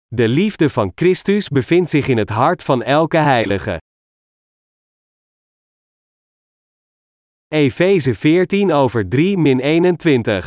De liefde van Christus bevindt zich in het hart van elke heilige. Efeze 14 over 3-21.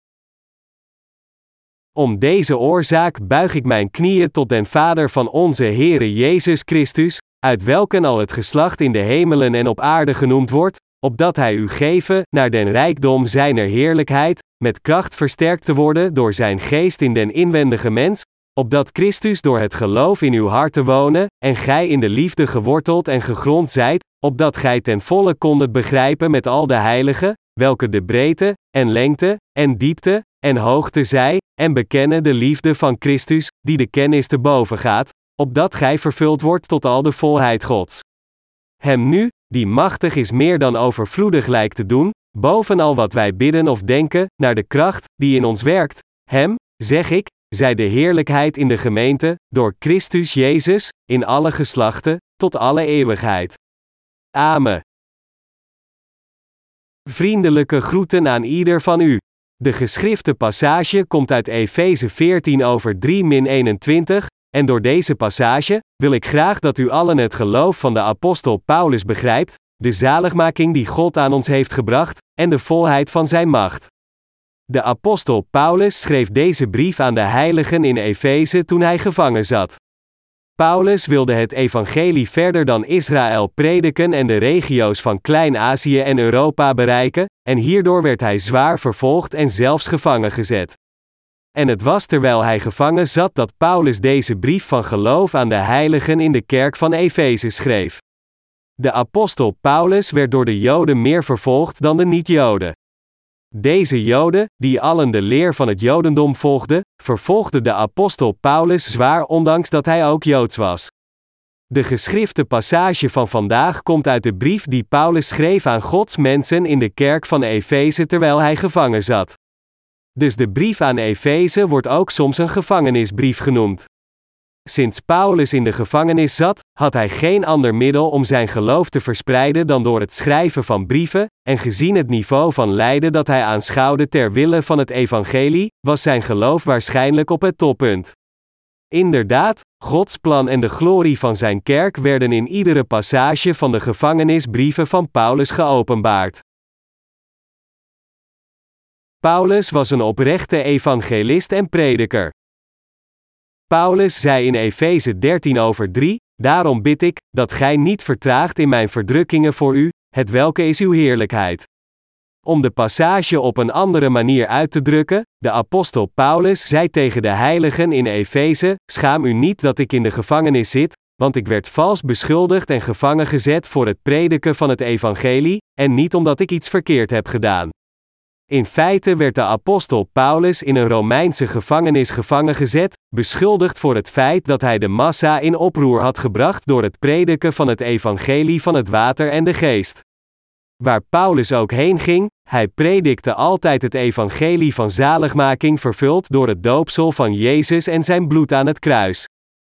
Om deze oorzaak buig ik mijn knieën tot den Vader van onze Heere Jezus Christus, uit welken al het geslacht in de hemelen en op aarde genoemd wordt, opdat hij u geven, naar den rijkdom zijner heerlijkheid, met kracht versterkt te worden door zijn geest in den inwendige mens, opdat Christus door het geloof in uw harten wonen, en gij in de liefde geworteld en gegrond zijt, opdat gij ten volle kondet begrijpen met al de heiligen, welke de breedte, en lengte, en diepte, en hoogte zij, en bekennen de liefde van Christus, die de kennis te boven gaat, opdat gij vervuld wordt tot al de volheid Gods. Hem nu, die machtig is meer dan overvloedig lijkt te doen, bovenal wat wij bidden of denken, naar de kracht, die in ons werkt, hem, zeg ik, zij de heerlijkheid in de gemeente, door Christus Jezus, in alle geslachten, tot alle eeuwigheid. Amen. Vriendelijke groeten aan ieder van u. De geschrifte passage komt uit Efeze 14 over 3-21, en door deze passage wil ik graag dat u allen het geloof van de apostel Paulus begrijpt, de zaligmaking die God aan ons heeft gebracht, en de volheid van zijn macht. De apostel Paulus schreef deze brief aan de heiligen in Efeze toen hij gevangen zat. Paulus wilde het evangelie verder dan Israël prediken en de regio's van Klein-Azië en Europa bereiken, en hierdoor werd hij zwaar vervolgd en zelfs gevangen gezet. En het was terwijl hij gevangen zat dat Paulus deze brief van geloof aan de heiligen in de kerk van Efeze schreef. De apostel Paulus werd door de Joden meer vervolgd dan de niet-Joden. Deze Joden, die allen de leer van het Jodendom volgden, vervolgden de apostel Paulus zwaar ondanks dat hij ook Joods was. De geschrifte passage van vandaag komt uit de brief die Paulus schreef aan Gods mensen in de kerk van Efeze terwijl hij gevangen zat. Dus de brief aan Efeze wordt ook soms een gevangenisbrief genoemd. Sinds Paulus in de gevangenis zat, had hij geen ander middel om zijn geloof te verspreiden dan door het schrijven van brieven, en gezien het niveau van lijden dat hij aanschouwde ter wille van het evangelie, was zijn geloof waarschijnlijk op het toppunt. Inderdaad, Gods plan en de glorie van zijn kerk werden in iedere passage van de gevangenisbrieven van Paulus geopenbaard. Paulus was een oprechte evangelist en prediker. Paulus zei in Efeze 13 over 3, daarom bid ik, dat gij niet vertraagt in mijn verdrukkingen voor u, hetwelke is uw heerlijkheid. Om de passage op een andere manier uit te drukken, de apostel Paulus zei tegen de heiligen in Efeze, schaam u niet dat ik in de gevangenis zit, want ik werd vals beschuldigd en gevangen gezet voor het prediken van het evangelie, en niet omdat ik iets verkeerd heb gedaan. In feite werd de apostel Paulus in een Romeinse gevangenis gevangen gezet, beschuldigd voor het feit dat hij de massa in oproer had gebracht door het prediken van het evangelie van het water en de geest. Waar Paulus ook heen ging, hij predikte altijd het evangelie van zaligmaking vervuld door het doopsel van Jezus en zijn bloed aan het kruis.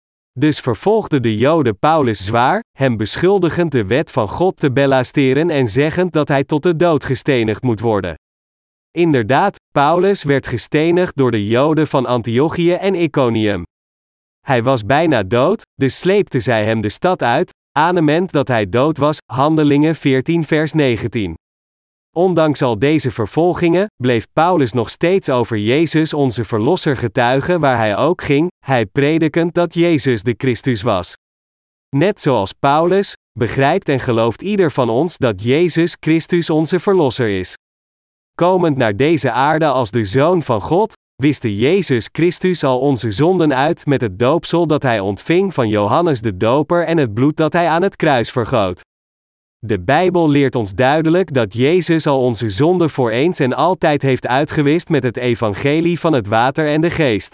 Dus vervolgden de Joden Paulus zwaar, hem beschuldigend de wet van God te belasteren en zeggend dat hij tot de dood gestenigd moet worden. Inderdaad, Paulus werd gestenigd door de Joden van Antiochië en Iconium. Hij was bijna dood, dus sleepten zij hem de stad uit, aanement dat hij dood was, Handelingen 14 vers 19. Ondanks al deze vervolgingen, bleef Paulus nog steeds over Jezus onze Verlosser getuigen waar hij ook ging, hij predikend dat Jezus de Christus was. Net zoals Paulus, begrijpt en gelooft ieder van ons dat Jezus Christus onze Verlosser is. Komend naar deze aarde als de Zoon van God, wiste Jezus Christus al onze zonden uit met het doopsel dat hij ontving van Johannes de Doper en het bloed dat hij aan het kruis vergoot. De Bijbel leert ons duidelijk dat Jezus al onze zonden voor eens en altijd heeft uitgewist met het evangelie van het water en de geest.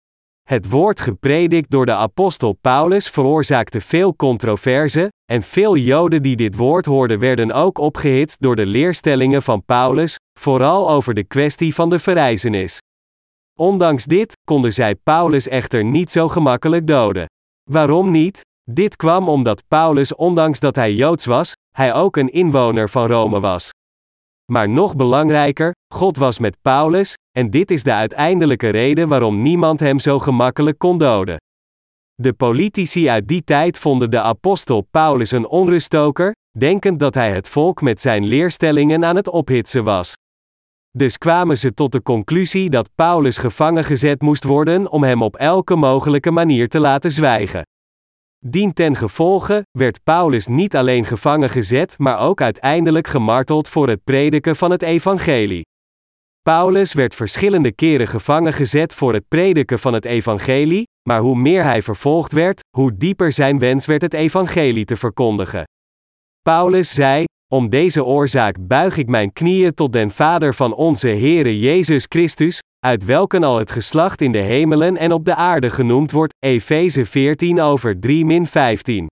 Het woord gepredikt door de apostel Paulus veroorzaakte veel controverse, en veel Joden die dit woord hoorden werden ook opgehitst door de leerstellingen van Paulus, vooral over de kwestie van de verrijzenis. Ondanks dit, konden zij Paulus echter niet zo gemakkelijk doden. Waarom niet? Dit kwam omdat Paulus ondanks dat hij Joods was, hij ook een inwoner van Rome was. Maar nog belangrijker, God was met Paulus, en dit is de uiteindelijke reden waarom niemand hem zo gemakkelijk kon doden. De politici uit die tijd vonden de apostel Paulus een onruststoker, denkend dat hij het volk met zijn leerstellingen aan het ophitsen was. Dus kwamen ze tot de conclusie dat Paulus gevangen gezet moest worden om hem op elke mogelijke manier te laten zwijgen. Dientengevolge werd Paulus niet alleen gevangen gezet, maar ook uiteindelijk gemarteld voor het prediken van het evangelie. Paulus werd verschillende keren gevangen gezet voor het prediken van het evangelie, maar hoe meer hij vervolgd werd, hoe dieper zijn wens werd het evangelie te verkondigen. Paulus zei: om deze oorzaak buig ik mijn knieën tot den Vader van onze Heere Jezus Christus, uit welken al het geslacht in de hemelen en op de aarde genoemd wordt, Efeze 14:3-15.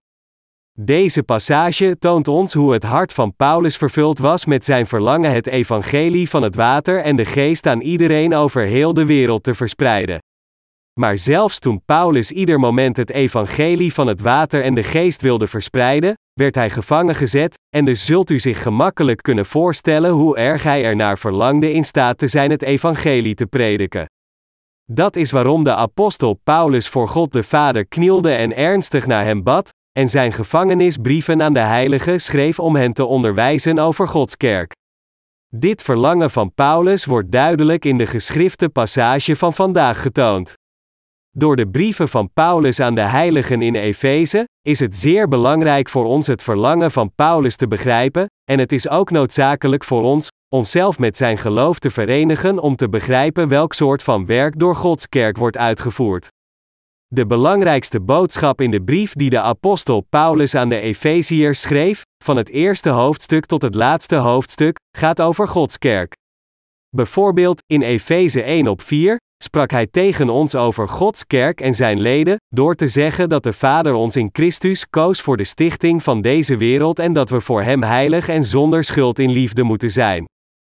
Deze passage toont ons hoe het hart van Paulus vervuld was met zijn verlangen het evangelie van het water en de geest aan iedereen over heel de wereld te verspreiden. Maar zelfs toen Paulus ieder moment het evangelie van het water en de geest wilde verspreiden, werd hij gevangen gezet, en dus zult u zich gemakkelijk kunnen voorstellen hoe erg hij ernaar verlangde in staat te zijn het evangelie te prediken. Dat is waarom de apostel Paulus voor God de Vader knielde en ernstig naar hem bad, en zijn gevangenisbrieven aan de heiligen schreef om hen te onderwijzen over Gods kerk. Dit verlangen van Paulus wordt duidelijk in de geschrifte passage van vandaag getoond. Door de brieven van Paulus aan de heiligen in Efeze, is het zeer belangrijk voor ons het verlangen van Paulus te begrijpen, en het is ook noodzakelijk voor ons, onszelf met zijn geloof te verenigen om te begrijpen welk soort van werk door Gods kerk wordt uitgevoerd. De belangrijkste boodschap in de brief die de apostel Paulus aan de Efeziërs schreef, van het eerste hoofdstuk tot het laatste hoofdstuk, gaat over Gods kerk. Bijvoorbeeld, in Efeze 1:4, sprak hij tegen ons over Gods kerk en zijn leden, door te zeggen dat de Vader ons in Christus koos voor de stichting van deze wereld en dat we voor hem heilig en zonder schuld in liefde moeten zijn.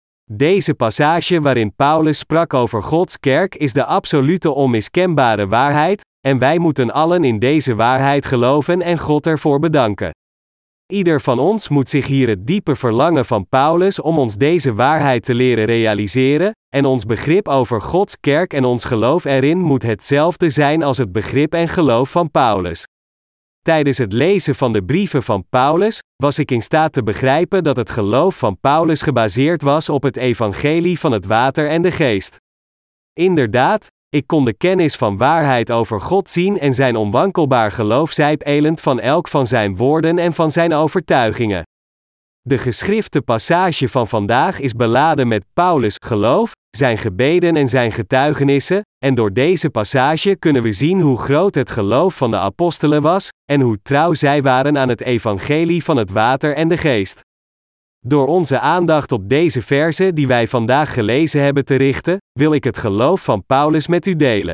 Deze passage waarin Paulus sprak over Gods kerk is de absolute onmiskenbare waarheid, en wij moeten allen in deze waarheid geloven en God ervoor bedanken. Ieder van ons moet zich hier het diepe verlangen van Paulus om ons deze waarheid te leren realiseren, en ons begrip over Gods kerk en ons geloof erin moet hetzelfde zijn als het begrip en geloof van Paulus. Tijdens het lezen van de brieven van Paulus, was ik in staat te begrijpen dat het geloof van Paulus gebaseerd was op het evangelie van het water en de geest. Inderdaad, ik kon de kennis van waarheid over God zien en zijn onwankelbaar geloof zijpelend van elk van zijn woorden en van zijn overtuigingen. De geschrifte passage van vandaag is beladen met Paulus' geloof, zijn gebeden en zijn getuigenissen, en door deze passage kunnen we zien hoe groot het geloof van de apostelen was, en hoe trouw zij waren aan het evangelie van het water en de geest. Door onze aandacht op deze verzen die wij vandaag gelezen hebben te richten, wil ik het geloof van Paulus met u delen.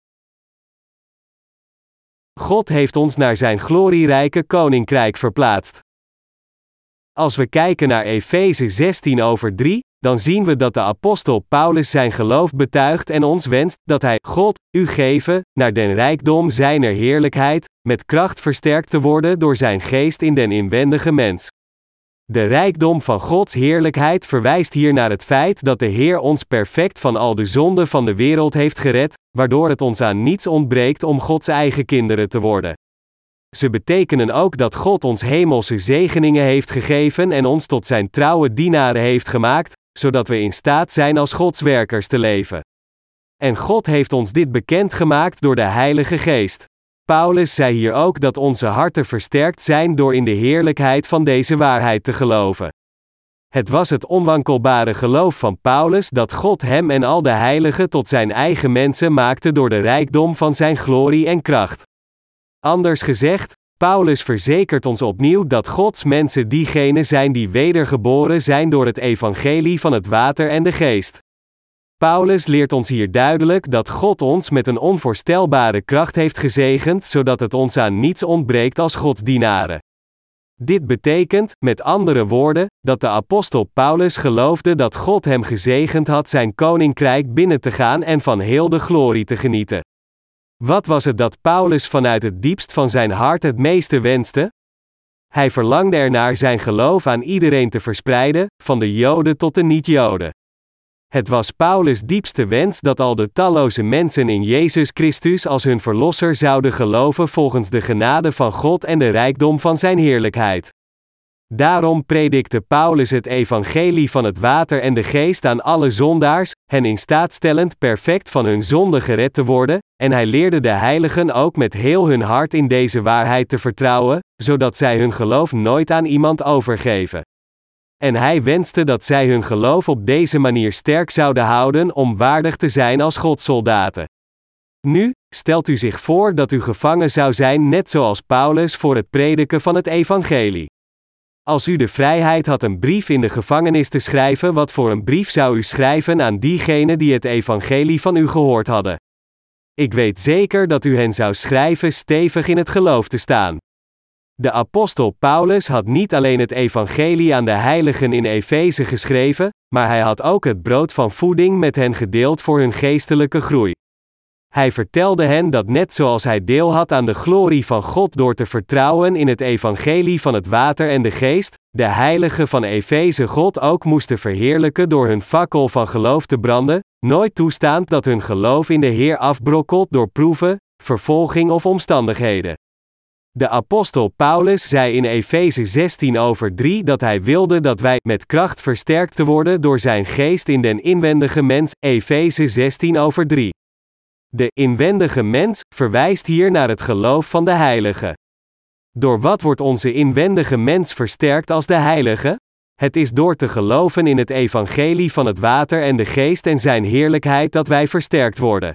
God heeft ons naar zijn glorierijke koninkrijk verplaatst. Als we kijken naar Efeze 16:3, dan zien we dat de apostel Paulus zijn geloof betuigt en ons wenst, dat hij, God, u geven, naar den rijkdom zijner heerlijkheid, met kracht versterkt te worden door zijn geest in den inwendige mens. De rijkdom van Gods heerlijkheid verwijst hier naar het feit dat de Heer ons perfect van al de zonden van de wereld heeft gered, waardoor het ons aan niets ontbreekt om Gods eigen kinderen te worden. Ze betekenen ook dat God ons hemelse zegeningen heeft gegeven en ons tot zijn trouwe dienaren heeft gemaakt, zodat we in staat zijn als Gods werkers te leven. En God heeft ons dit bekendgemaakt door de Heilige Geest. Paulus zei hier ook dat onze harten versterkt zijn door in de heerlijkheid van deze waarheid te geloven. Het was het onwankelbare geloof van Paulus dat God hem en al de heiligen tot zijn eigen mensen maakte door de rijkdom van zijn glorie en kracht. Anders gezegd, Paulus verzekert ons opnieuw dat Gods mensen diegenen zijn die wedergeboren zijn door het evangelie van het water en de geest. Paulus leert ons hier duidelijk dat God ons met een onvoorstelbare kracht heeft gezegend, zodat het ons aan niets ontbreekt als Gods dienaren. Dit betekent, met andere woorden, dat de apostel Paulus geloofde dat God hem gezegend had zijn koninkrijk binnen te gaan en van heel de glorie te genieten. Wat was het dat Paulus vanuit het diepst van zijn hart het meeste wenste? Hij verlangde ernaar zijn geloof aan iedereen te verspreiden, van de Joden tot de niet-Joden. Het was Paulus' diepste wens dat al de talloze mensen in Jezus Christus als hun verlosser zouden geloven volgens de genade van God en de rijkdom van zijn heerlijkheid. Daarom predikte Paulus het evangelie van het water en de geest aan alle zondaars, hen in staat stellend perfect van hun zonde gered te worden, en hij leerde de heiligen ook met heel hun hart in deze waarheid te vertrouwen, zodat zij hun geloof nooit aan iemand overgeven. En hij wenste dat zij hun geloof op deze manier sterk zouden houden om waardig te zijn als Godssoldaten. Nu, stelt u zich voor dat u gevangen zou zijn net zoals Paulus voor het prediken van het evangelie. Als u de vrijheid had een brief in de gevangenis te schrijven, wat voor een brief zou u schrijven aan diegenen die het evangelie van u gehoord hadden? Ik weet zeker dat u hen zou schrijven stevig in het geloof te staan. De apostel Paulus had niet alleen het evangelie aan de heiligen in Efeze geschreven, maar hij had ook het brood van voeding met hen gedeeld voor hun geestelijke groei. Hij vertelde hen dat net zoals hij deel had aan de glorie van God door te vertrouwen in het evangelie van het water en de geest, de heiligen van Efeze God ook moesten verheerlijken door hun fakkel van geloof te branden, nooit toestaand dat hun geloof in de Heer afbrokkelt door proeven, vervolging of omstandigheden. De apostel Paulus zei in Efeze 16:3 dat hij wilde dat wij met kracht versterkt te worden door zijn geest in den inwendige mens, Efeze 16:3. De inwendige mens verwijst hier naar het geloof van de heilige. Door wat wordt onze inwendige mens versterkt als de heilige? Het is door te geloven in het evangelie van het water en de geest en zijn heerlijkheid dat wij versterkt worden.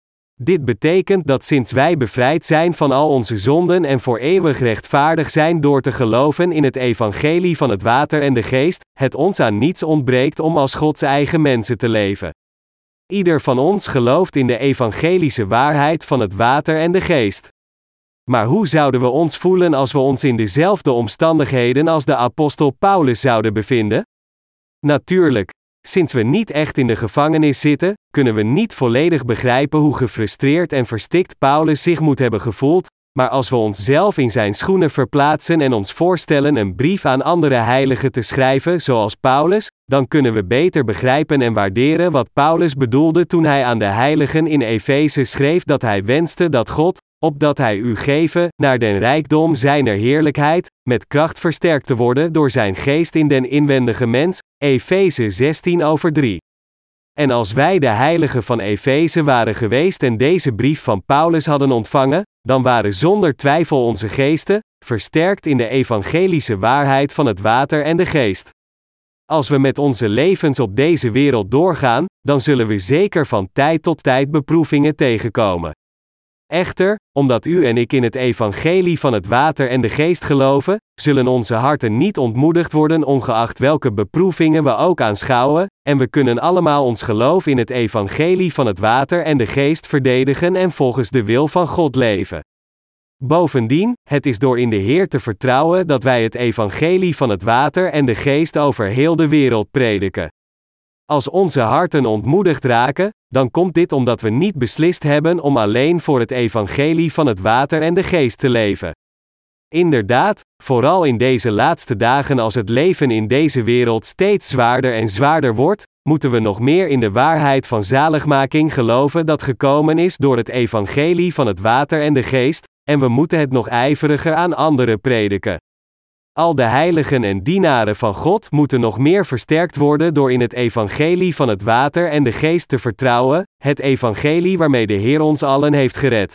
Dit betekent dat sinds wij bevrijd zijn van al onze zonden en voor eeuwig rechtvaardig zijn door te geloven in het evangelie van het water en de geest, het ons aan niets ontbreekt om als Gods eigen mensen te leven. Ieder van ons gelooft in de evangelische waarheid van het water en de geest. Maar hoe zouden we ons voelen als we ons in dezelfde omstandigheden als de apostel Paulus zouden bevinden? Natuurlijk, sinds we niet echt in de gevangenis zitten, kunnen we niet volledig begrijpen hoe gefrustreerd en verstikt Paulus zich moet hebben gevoeld, maar als we onszelf in zijn schoenen verplaatsen en ons voorstellen een brief aan andere heiligen te schrijven zoals Paulus, dan kunnen we beter begrijpen en waarderen wat Paulus bedoelde toen hij aan de heiligen in Efeze schreef dat hij wenste dat God, opdat hij u geven, naar den rijkdom zijner heerlijkheid, met kracht versterkt te worden door zijn geest in den inwendige mens, Efeze 16:3. En als wij de heiligen van Efeze waren geweest en deze brief van Paulus hadden ontvangen, dan waren zonder twijfel onze geesten versterkt in de evangelische waarheid van het water en de geest. Als we met onze levens op deze wereld doorgaan, dan zullen we zeker van tijd tot tijd beproevingen tegenkomen. Echter, omdat u en ik in het evangelie van het water en de geest geloven, zullen onze harten niet ontmoedigd worden ongeacht welke beproevingen we ook aanschouwen, en we kunnen allemaal ons geloof in het evangelie van het water en de geest verdedigen en volgens de wil van God leven. Bovendien, het is door in de Heer te vertrouwen dat wij het evangelie van het water en de geest over heel de wereld prediken. Als onze harten ontmoedigd raken, dan komt dit omdat we niet beslist hebben om alleen voor het evangelie van het water en de geest te leven. Inderdaad, vooral in deze laatste dagen als het leven in deze wereld steeds zwaarder en zwaarder wordt, moeten we nog meer in de waarheid van zaligmaking geloven dat gekomen is door het evangelie van het water en de geest, en we moeten het nog ijveriger aan anderen prediken. Al de heiligen en dienaren van God moeten nog meer versterkt worden door in het evangelie van het water en de geest te vertrouwen, het evangelie waarmee de Heer ons allen heeft gered.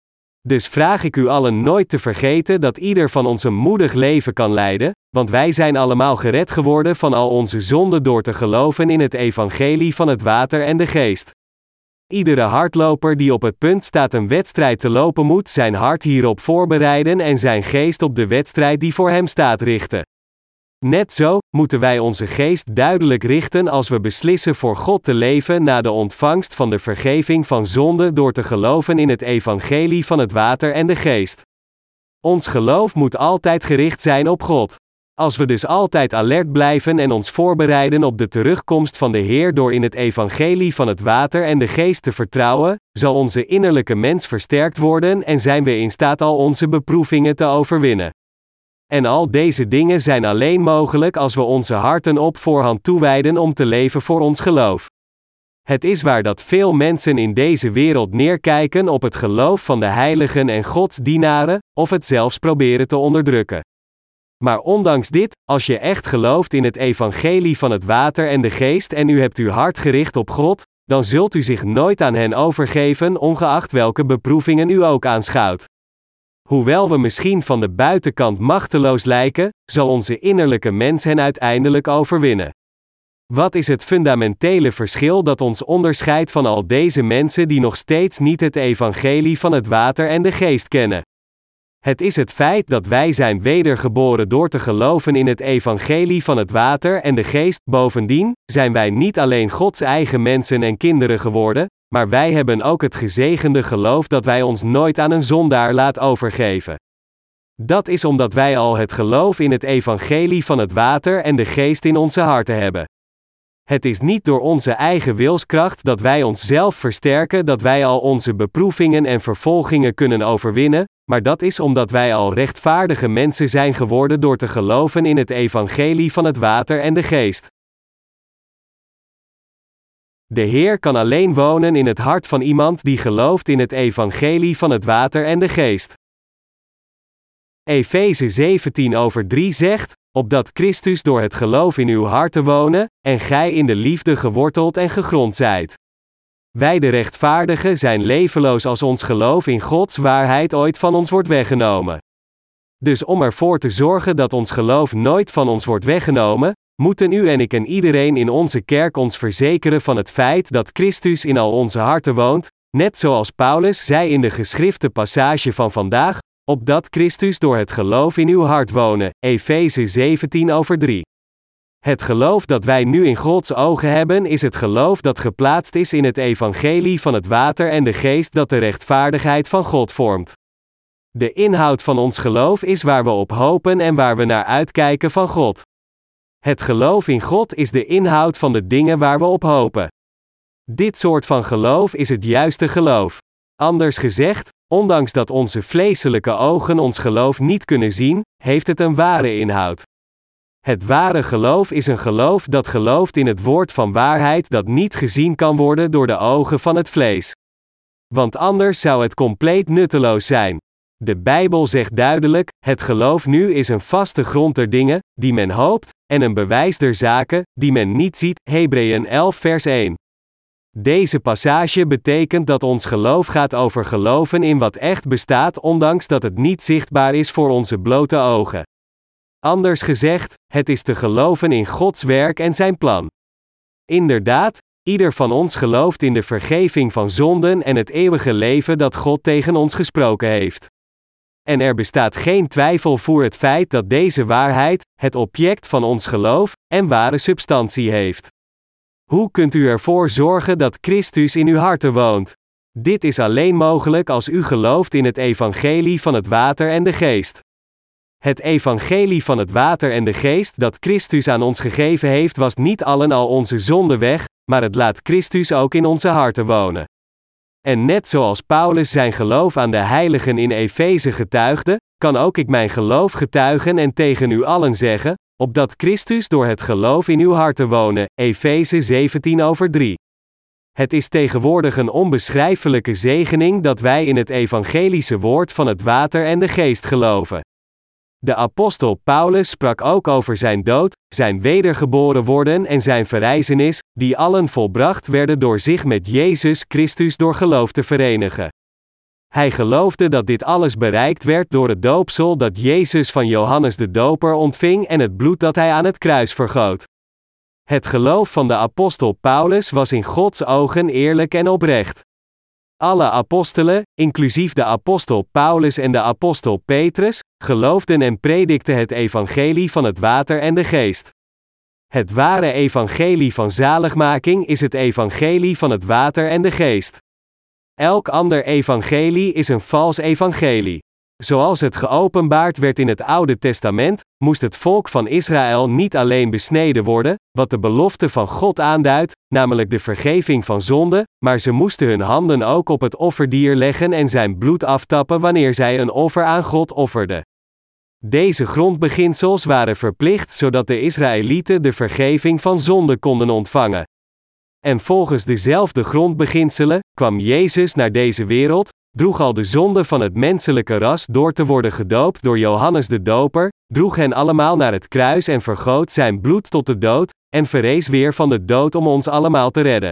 Dus vraag ik u allen nooit te vergeten dat ieder van ons een moedig leven kan leiden, want wij zijn allemaal gered geworden van al onze zonden door te geloven in het evangelie van het water en de geest. Iedere hardloper die op het punt staat een wedstrijd te lopen moet zijn hart hierop voorbereiden en zijn geest op de wedstrijd die voor hem staat richten. Net zo moeten wij onze geest duidelijk richten als we beslissen voor God te leven na de ontvangst van de vergeving van zonde door te geloven in het evangelie van het water en de geest. Ons geloof moet altijd gericht zijn op God. Als we dus altijd alert blijven en ons voorbereiden op de terugkomst van de Heer door in het evangelie van het water en de geest te vertrouwen, zal onze innerlijke mens versterkt worden en zijn we in staat al onze beproevingen te overwinnen. En al deze dingen zijn alleen mogelijk als we onze harten op voorhand toewijden om te leven voor ons geloof. Het is waar dat veel mensen in deze wereld neerkijken op het geloof van de heiligen en Gods dienaren, of het zelfs proberen te onderdrukken. Maar ondanks dit, als je echt gelooft in het evangelie van het water en de geest en u hebt uw hart gericht op God, dan zult u zich nooit aan hen overgeven, ongeacht welke beproevingen u ook aanschouwt. Hoewel we misschien van de buitenkant machteloos lijken, zal onze innerlijke mens hen uiteindelijk overwinnen. Wat is het fundamentele verschil dat ons onderscheidt van al deze mensen die nog steeds niet het evangelie van het water en de geest kennen? Het is het feit dat wij zijn wedergeboren door te geloven in het evangelie van het water en de geest. Bovendien zijn wij niet alleen Gods eigen mensen en kinderen geworden, maar wij hebben ook het gezegende geloof dat wij ons nooit aan een zondaar laten overgeven. Dat is omdat wij al het geloof in het evangelie van het water en de geest in onze harten hebben. Het is niet door onze eigen wilskracht dat wij onszelf versterken dat wij al onze beproevingen en vervolgingen kunnen overwinnen, maar dat is omdat wij al rechtvaardige mensen zijn geworden door te geloven in het evangelie van het water en de geest. De Heer kan alleen wonen in het hart van iemand die gelooft in het evangelie van het water en de geest. Efeze 17:3 zegt, opdat Christus door het geloof in uw harten wonen, en gij in de liefde geworteld en gegrond zijt. Wij de rechtvaardigen zijn levenloos als ons geloof in Gods waarheid ooit van ons wordt weggenomen. Dus om ervoor te zorgen dat ons geloof nooit van ons wordt weggenomen, moeten u en ik en iedereen in onze kerk ons verzekeren van het feit dat Christus in al onze harten woont, net zoals Paulus zei in de geschrifte passage van vandaag, opdat Christus door het geloof in uw hart wonen, Efeze 17:3. Het geloof dat wij nu in Gods ogen hebben is het geloof dat geplaatst is in het evangelie van het water en de geest dat de rechtvaardigheid van God vormt. De inhoud van ons geloof is waar we op hopen en waar we naar uitkijken van God. Het geloof in God is de inhoud van de dingen waar we op hopen. Dit soort van geloof is het juiste geloof. Anders gezegd, ondanks dat onze vleeselijke ogen ons geloof niet kunnen zien, heeft het een ware inhoud. Het ware geloof is een geloof dat gelooft in het woord van waarheid dat niet gezien kan worden door de ogen van het vlees. Want anders zou het compleet nutteloos zijn. De Bijbel zegt duidelijk, het geloof nu is een vaste grond der dingen, die men hoopt, en een bewijs der zaken, die men niet ziet, Hebreeën 11:1. Deze passage betekent dat ons geloof gaat over geloven in wat echt bestaat ondanks dat het niet zichtbaar is voor onze blote ogen. Anders gezegd, het is te geloven in Gods werk en zijn plan. Inderdaad, ieder van ons gelooft in de vergeving van zonden en het eeuwige leven dat God tegen ons gesproken heeft. En er bestaat geen twijfel voor het feit dat deze waarheid, het object van ons geloof, en ware substantie heeft. Hoe kunt u ervoor zorgen dat Christus in uw harten woont? Dit is alleen mogelijk als u gelooft in het evangelie van het water en de geest. Het evangelie van het water en de geest dat Christus aan ons gegeven heeft was niet allen al onze zonden weg, maar het laat Christus ook in onze harten wonen. En net zoals Paulus zijn geloof aan de heiligen in Efeze getuigde, kan ook ik mijn geloof getuigen en tegen u allen zeggen, opdat Christus door het geloof in uw harten wonen, Efeze 17:3. Het is tegenwoordig een onbeschrijfelijke zegening dat wij in het evangelische woord van het water en de geest geloven. De apostel Paulus sprak ook over zijn dood, zijn wedergeboren worden en zijn verrijzenis, die allen volbracht werden door zich met Jezus Christus door geloof te verenigen. Hij geloofde dat dit alles bereikt werd door het doopsel dat Jezus van Johannes de Doper ontving en het bloed dat hij aan het kruis vergoot. Het geloof van de apostel Paulus was in Gods ogen eerlijk en oprecht. Alle apostelen, inclusief de apostel Paulus en de apostel Petrus, geloofden en predikten het evangelie van het water en de geest. Het ware evangelie van zaligmaking is het evangelie van het water en de geest. Elk ander evangelie is een vals evangelie. Zoals het geopenbaard werd in het Oude Testament, moest het volk van Israël niet alleen besneden worden, wat de belofte van God aanduidt, namelijk de vergeving van zonde, maar ze moesten hun handen ook op het offerdier leggen en zijn bloed aftappen wanneer zij een offer aan God offerden. Deze grondbeginsels waren verplicht zodat de Israëlieten de vergeving van zonde konden ontvangen. En volgens dezelfde grondbeginselen kwam Jezus naar deze wereld, droeg al de zonde van het menselijke ras door te worden gedoopt door Johannes de Doper, droeg hen allemaal naar het kruis en vergoot zijn bloed tot de dood, en verrees weer van de dood om ons allemaal te redden.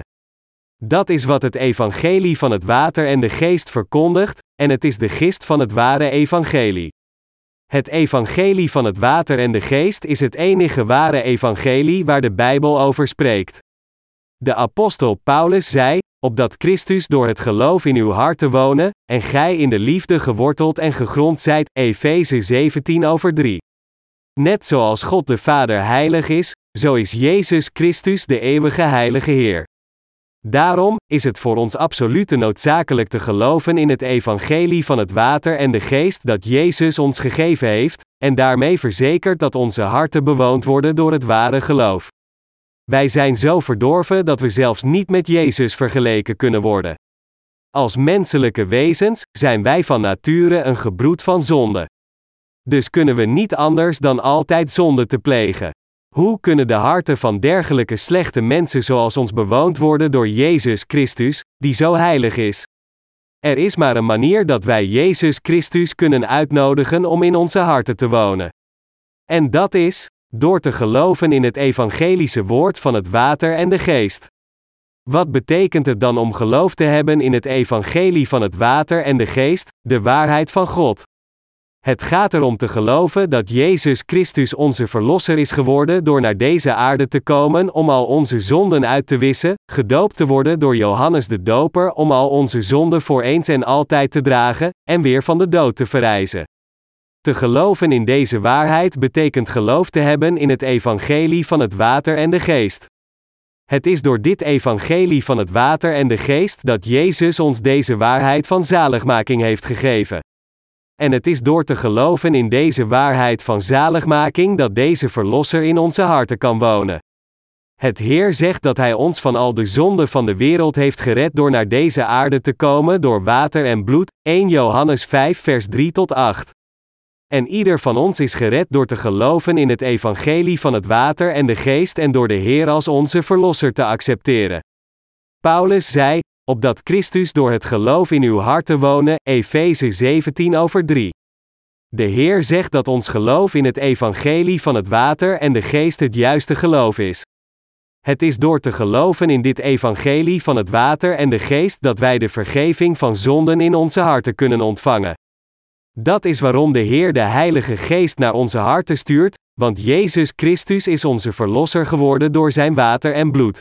Dat is wat het evangelie van het water en de geest verkondigt, en het is de gist van het ware evangelie. Het evangelie van het water en de geest is het enige ware evangelie waar de Bijbel over spreekt. De apostel Paulus zei, opdat Christus door het geloof in uw harten wonen, en gij in de liefde geworteld en gegrond zijt, Efeze 17:3. Net zoals God de Vader heilig is, zo is Jezus Christus de eeuwige heilige Heer. Daarom is het voor ons absolute noodzakelijk te geloven in het evangelie van het water en de geest dat Jezus ons gegeven heeft, en daarmee verzekerd dat onze harten bewoond worden door het ware geloof. Wij zijn zo verdorven dat we zelfs niet met Jezus vergeleken kunnen worden. Als menselijke wezens zijn wij van nature een gebroed van zonde. Dus kunnen we niet anders dan altijd zonde te plegen. Hoe kunnen de harten van dergelijke slechte mensen zoals ons bewoond worden door Jezus Christus, die zo heilig is? Er is maar een manier dat wij Jezus Christus kunnen uitnodigen om in onze harten te wonen. En dat is door te geloven in het evangelische woord van het water en de geest. Wat betekent het dan om geloof te hebben in het evangelie van het water en de geest, de waarheid van God? Het gaat erom te geloven dat Jezus Christus onze verlosser is geworden door naar deze aarde te komen om al onze zonden uit te wissen, gedoopt te worden door Johannes de Doper om al onze zonden voor eens en altijd te dragen, en weer van de dood te verrijzen. Te geloven in deze waarheid betekent geloof te hebben in het evangelie van het water en de geest. Het is door dit evangelie van het water en de geest dat Jezus ons deze waarheid van zaligmaking heeft gegeven. En het is door te geloven in deze waarheid van zaligmaking dat deze Verlosser in onze harten kan wonen. Het Heer zegt dat Hij ons van al de zonden van de wereld heeft gered door naar deze aarde te komen door water en bloed, 1 Johannes 5 vers 3-8. En ieder van ons is gered door te geloven in het evangelie van het water en de geest en door de Heer als onze Verlosser te accepteren. Paulus zei, opdat Christus door het geloof in uw harten wonen, Efeze 17:3. De Heer zegt dat ons geloof in het evangelie van het water en de geest het juiste geloof is. Het is door te geloven in dit evangelie van het water en de geest dat wij de vergeving van zonden in onze harten kunnen ontvangen. Dat is waarom de Heer de Heilige Geest naar onze harten stuurt, want Jezus Christus is onze Verlosser geworden door zijn water en bloed.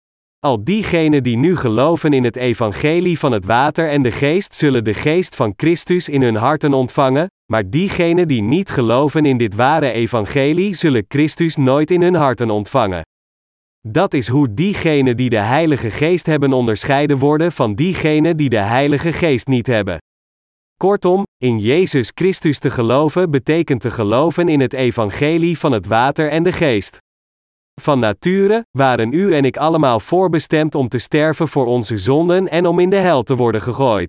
Al diegenen die nu geloven in het evangelie van het water en de geest zullen de geest van Christus in hun harten ontvangen, maar diegenen die niet geloven in dit ware evangelie zullen Christus nooit in hun harten ontvangen. Dat is hoe diegenen die de Heilige Geest hebben onderscheiden worden van diegenen die de Heilige Geest niet hebben. Kortom, in Jezus Christus te geloven betekent te geloven in het evangelie van het water en de geest. Van nature waren u en ik allemaal voorbestemd om te sterven voor onze zonden en om in de hel te worden gegooid.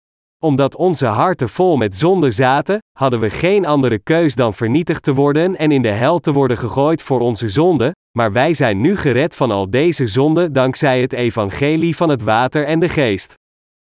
Omdat onze harten vol met zonde zaten, hadden we geen andere keus dan vernietigd te worden en in de hel te worden gegooid voor onze zonden, maar wij zijn nu gered van al deze zonden dankzij het evangelie van het water en de geest.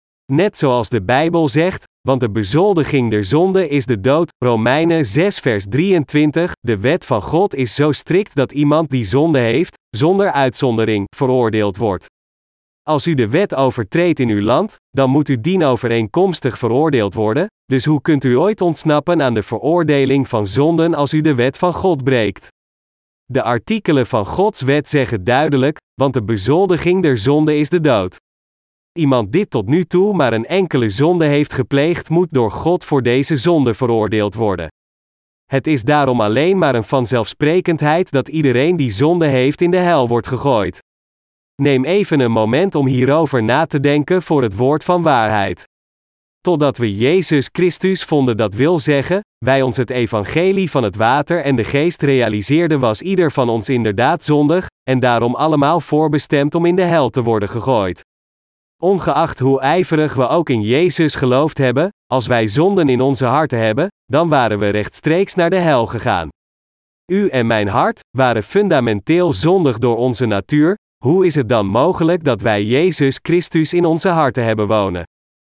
Net zoals de Bijbel zegt, want de bezoldiging der zonde is de dood, Romeinen 6 vers 23, de wet van God is zo strikt dat iemand die zonde heeft, zonder uitzondering, veroordeeld wordt. Als u de wet overtreedt in uw land, dan moet u dienovereenkomstig veroordeeld worden, dus hoe kunt u ooit ontsnappen aan de veroordeling van zonden als u de wet van God breekt? De artikelen van Gods wet zeggen duidelijk, want de bezoldiging der zonde is de dood. Iemand die tot nu toe maar een enkele zonde heeft gepleegd moet door God voor deze zonde veroordeeld worden. Het is daarom alleen maar een vanzelfsprekendheid dat iedereen die zonde heeft in de hel wordt gegooid. Neem even een moment om hierover na te denken voor het woord van waarheid. Totdat we Jezus Christus vonden, dat wil zeggen, wij ons het evangelie van het water en de geest realiseerden, was ieder van ons inderdaad zondig, en daarom allemaal voorbestemd om in de hel te worden gegooid. Ongeacht hoe ijverig we ook in Jezus geloofd hebben, als wij zonden in onze harten hebben, dan waren we rechtstreeks naar de hel gegaan. U en mijn hart waren fundamenteel zondig door onze natuur, hoe is het dan mogelijk dat wij Jezus Christus in onze harten hebben wonen?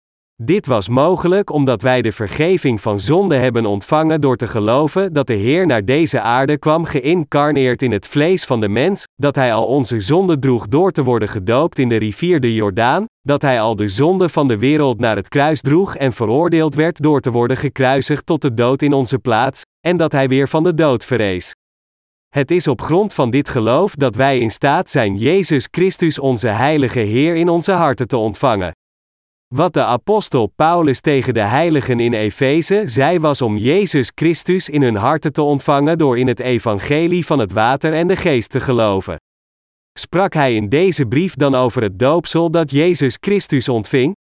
Dit was mogelijk omdat wij de vergeving van zonde hebben ontvangen door te geloven dat de Heer naar deze aarde kwam geïncarneerd in het vlees van de mens, dat Hij al onze zonde droeg door te worden gedoopt in de rivier de Jordaan, dat Hij al de zonde van de wereld naar het kruis droeg en veroordeeld werd door te worden gekruisigd tot de dood in onze plaats, en dat Hij weer van de dood verrees. Het is op grond van dit geloof dat wij in staat zijn Jezus Christus onze heilige Heer in onze harten te ontvangen. Wat de apostel Paulus tegen de heiligen in Efeze zei was om Jezus Christus in hun harten te ontvangen door in het evangelie van het water en de geest te geloven. Sprak hij in deze brief dan over het doopsel dat Jezus Christus ontving?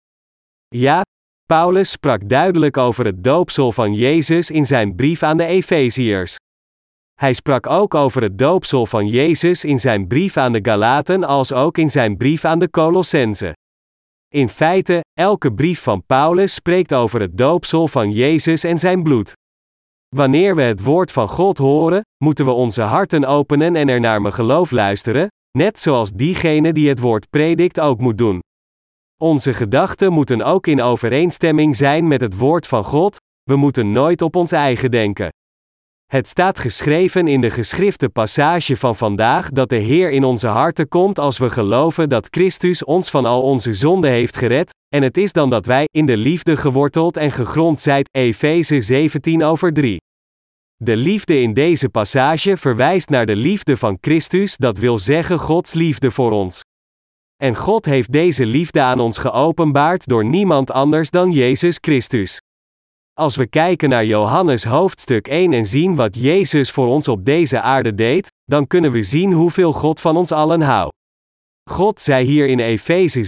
Ja, Paulus sprak duidelijk over het doopsel van Jezus in zijn brief aan de Efeziërs. Hij sprak ook over het doopsel van Jezus in zijn brief aan de Galaten als ook in zijn brief aan de Colossenzen. In feite, elke brief van Paulus spreekt over het doopsel van Jezus en zijn bloed. Wanneer we het woord van God horen, moeten we onze harten openen en er naar mijn geloof luisteren, net zoals diegene die het woord predikt ook moet doen. Onze gedachten moeten ook in overeenstemming zijn met het woord van God, we moeten nooit op ons eigen denken. Het staat geschreven in de geschrifte passage van vandaag dat de Heer in onze harten komt als we geloven dat Christus ons van al onze zonden heeft gered, en het is dan dat wij in de liefde geworteld en gegrond zijn, Efeze 17:3. De liefde in deze passage verwijst naar de liefde van Christus, dat wil zeggen Gods liefde voor ons. En God heeft deze liefde aan ons geopenbaard door niemand anders dan Jezus Christus. Als we kijken naar Johannes hoofdstuk 1 en zien wat Jezus voor ons op deze aarde deed, dan kunnen we zien hoeveel God van ons allen houdt. God zei hier in Efeze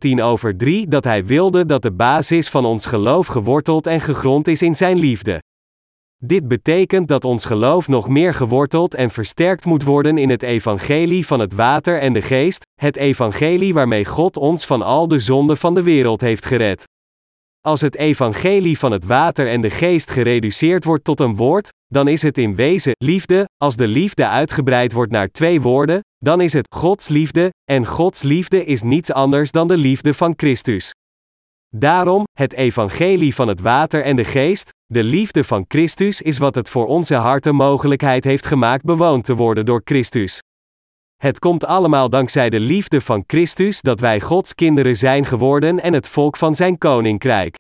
17:3 dat Hij wilde dat de basis van ons geloof geworteld en gegrond is in Zijn liefde. Dit betekent dat ons geloof nog meer geworteld en versterkt moet worden in het evangelie van het water en de geest, het evangelie waarmee God ons van al de zonden van de wereld heeft gered. Als het evangelie van het water en de geest gereduceerd wordt tot een woord, dan is het in wezen liefde. Als de liefde uitgebreid wordt naar 2 woorden, dan is het Gods liefde, en Gods liefde is niets anders dan de liefde van Christus. Daarom, het evangelie van het water en de geest, de liefde van Christus is wat het voor onze harten mogelijkheid heeft gemaakt bewoond te worden door Christus. Het komt allemaal dankzij de liefde van Christus dat wij Gods kinderen zijn geworden en het volk van zijn koninkrijk.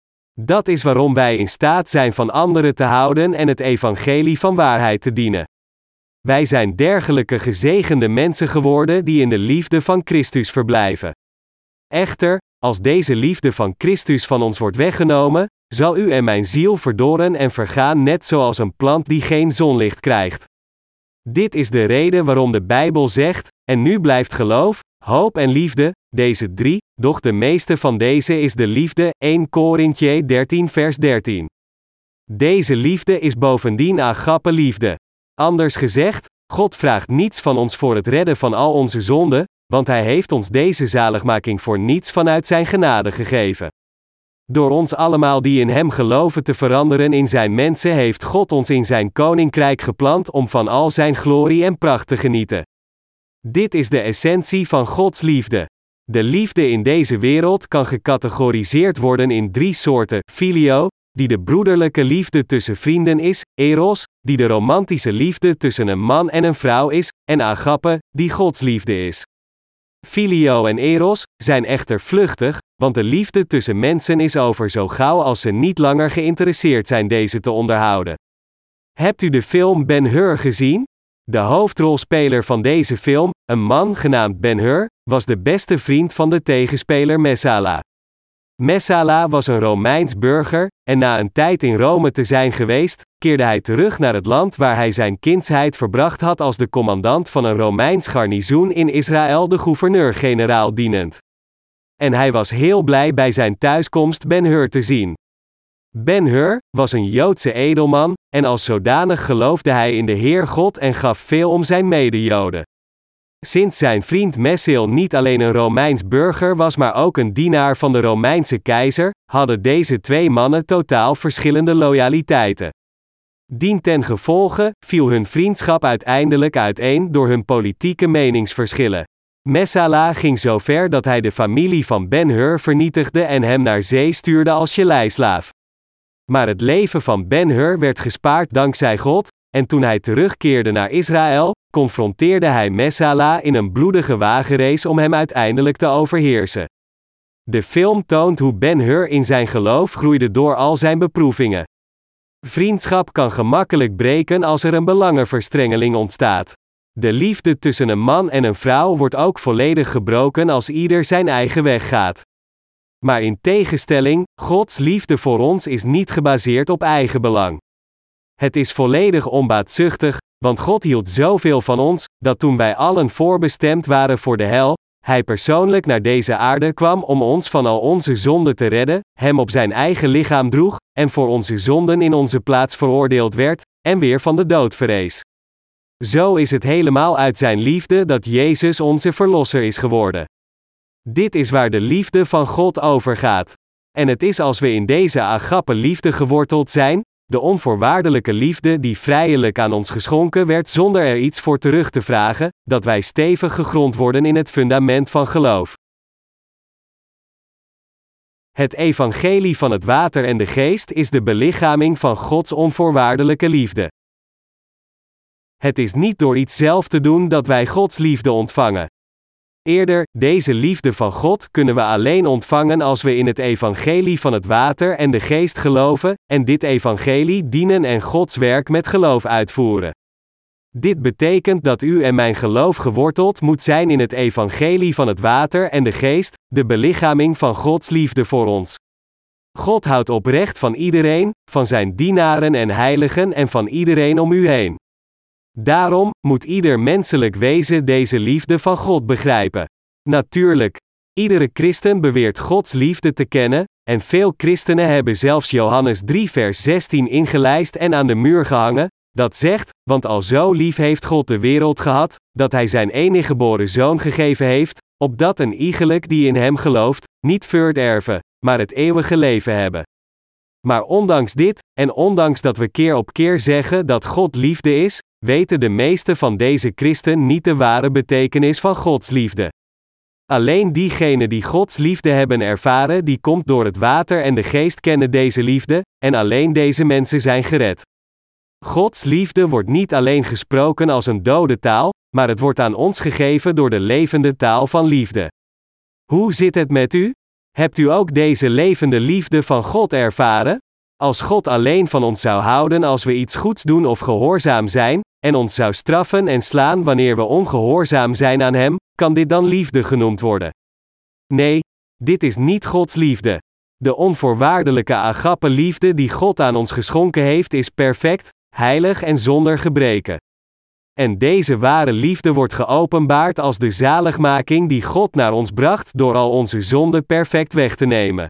Dat is waarom wij in staat zijn van anderen te houden en het evangelie van waarheid te dienen. Wij zijn dergelijke gezegende mensen geworden die in de liefde van Christus verblijven. Echter, als deze liefde van Christus van ons wordt weggenomen, zal u en mijn ziel verdorren en vergaan net zoals een plant die geen zonlicht krijgt. Dit is de reden waarom de Bijbel zegt, en nu blijft geloof, hoop en liefde, deze 3, doch de meeste van deze is de liefde, 1 Korinthe 13 vers 13. Deze liefde is bovendien agape liefde. Anders gezegd, God vraagt niets van ons voor het redden van al onze zonden, want Hij heeft ons deze zaligmaking voor niets vanuit Zijn genade gegeven. Door ons allemaal die in Hem geloven te veranderen in Zijn mensen heeft God ons in Zijn koninkrijk geplant om van al Zijn glorie en pracht te genieten. Dit is de essentie van Gods liefde. De liefde in deze wereld kan gecategoriseerd worden in 3 soorten: filio, die de broederlijke liefde tussen vrienden is, eros, die de romantische liefde tussen een man en een vrouw is, en agape, die Gods liefde is. Filio en eros zijn echter vluchtig, want de liefde tussen mensen is over zo gauw als ze niet langer geïnteresseerd zijn deze te onderhouden. Hebt u de film Ben-Hur gezien? De hoofdrolspeler van deze film, een man genaamd Ben-Hur, was de beste vriend van de tegenspeler Messala. Messala was een Romeins burger, en na een tijd in Rome te zijn geweest, keerde hij terug naar het land waar hij zijn kindsheid verbracht had als de commandant van een Romeins garnizoen in Israël, de gouverneur-generaal dienend. En hij was heel blij bij zijn thuiskomst Ben-Hur te zien. Ben-Hur was een Joodse edelman, en als zodanig geloofde hij in de Heer God en gaf veel om zijn mede-Joden. Sinds zijn vriend Messel niet alleen een Romeins burger was maar ook een dienaar van de Romeinse keizer, hadden deze 2 mannen totaal verschillende loyaliteiten. Dientengevolge viel hun vriendschap uiteindelijk uiteen door hun politieke meningsverschillen. Messala ging zo ver dat hij de familie van Ben-Hur vernietigde en hem naar zee stuurde als geleislaaf. Maar het leven van Ben-Hur werd gespaard dankzij God, en toen hij terugkeerde naar Israël, confronteerde hij Messala in een bloedige wagenrace om hem uiteindelijk te overheersen. De film toont hoe Ben-Hur in zijn geloof groeide door al zijn beproevingen. Vriendschap kan gemakkelijk breken als er een belangenverstrengeling ontstaat. De liefde tussen een man en een vrouw wordt ook volledig gebroken als ieder zijn eigen weg gaat. Maar in tegenstelling, Gods liefde voor ons is niet gebaseerd op eigenbelang. Het is volledig onbaatzuchtig, want God hield zoveel van ons, dat toen wij allen voorbestemd waren voor de hel, Hij persoonlijk naar deze aarde kwam om ons van al onze zonden te redden, hem op zijn eigen lichaam droeg, en voor onze zonden in onze plaats veroordeeld werd, en weer van de dood verrees. Zo is het helemaal uit zijn liefde dat Jezus onze verlosser is geworden. Dit is waar de liefde van God over gaat. En het is als we in deze agape liefde geworteld zijn, de onvoorwaardelijke liefde die vrijelijk aan ons geschonken werd zonder er iets voor terug te vragen, dat wij stevig gegrond worden in het fundament van geloof. Het evangelie van het water en de geest is de belichaming van Gods onvoorwaardelijke liefde. Het is niet door iets zelf te doen dat wij Gods liefde ontvangen. Eerder, deze liefde van God kunnen we alleen ontvangen als we in het evangelie van het water en de geest geloven, en dit evangelie dienen en Gods werk met geloof uitvoeren. Dit betekent dat u en mijn geloof geworteld moet zijn in het evangelie van het water en de geest, de belichaming van Gods liefde voor ons. God houdt oprecht van iedereen, van zijn dienaren en heiligen en van iedereen om u heen. Daarom moet ieder menselijk wezen deze liefde van God begrijpen. Natuurlijk, iedere christen beweert Gods liefde te kennen, en veel christenen hebben zelfs Johannes 3 vers 16 ingelijst en aan de muur gehangen, dat zegt, want al zo lief heeft God de wereld gehad, dat hij zijn enige geboren zoon gegeven heeft, opdat een iegelijk die in hem gelooft, niet verderven, maar het eeuwige leven hebben. Maar ondanks dit, en ondanks dat we keer op keer zeggen dat God liefde is, weten de meeste van deze christen niet de ware betekenis van Gods liefde. Alleen diegenen die Gods liefde hebben ervaren, die komt door het water en de geest kennen deze liefde, en alleen deze mensen zijn gered. Gods liefde wordt niet alleen gesproken als een dode taal, maar het wordt aan ons gegeven door de levende taal van liefde. Hoe zit het met u? Hebt u ook deze levende liefde van God ervaren? Als God alleen van ons zou houden als we iets goeds doen of gehoorzaam zijn, en ons zou straffen en slaan wanneer we ongehoorzaam zijn aan Hem, kan dit dan liefde genoemd worden? Nee, dit is niet Gods liefde. De onvoorwaardelijke agape liefde die God aan ons geschonken heeft is perfect, heilig en zonder gebreken. En deze ware liefde wordt geopenbaard als de zaligmaking die God naar ons bracht door al onze zonden perfect weg te nemen.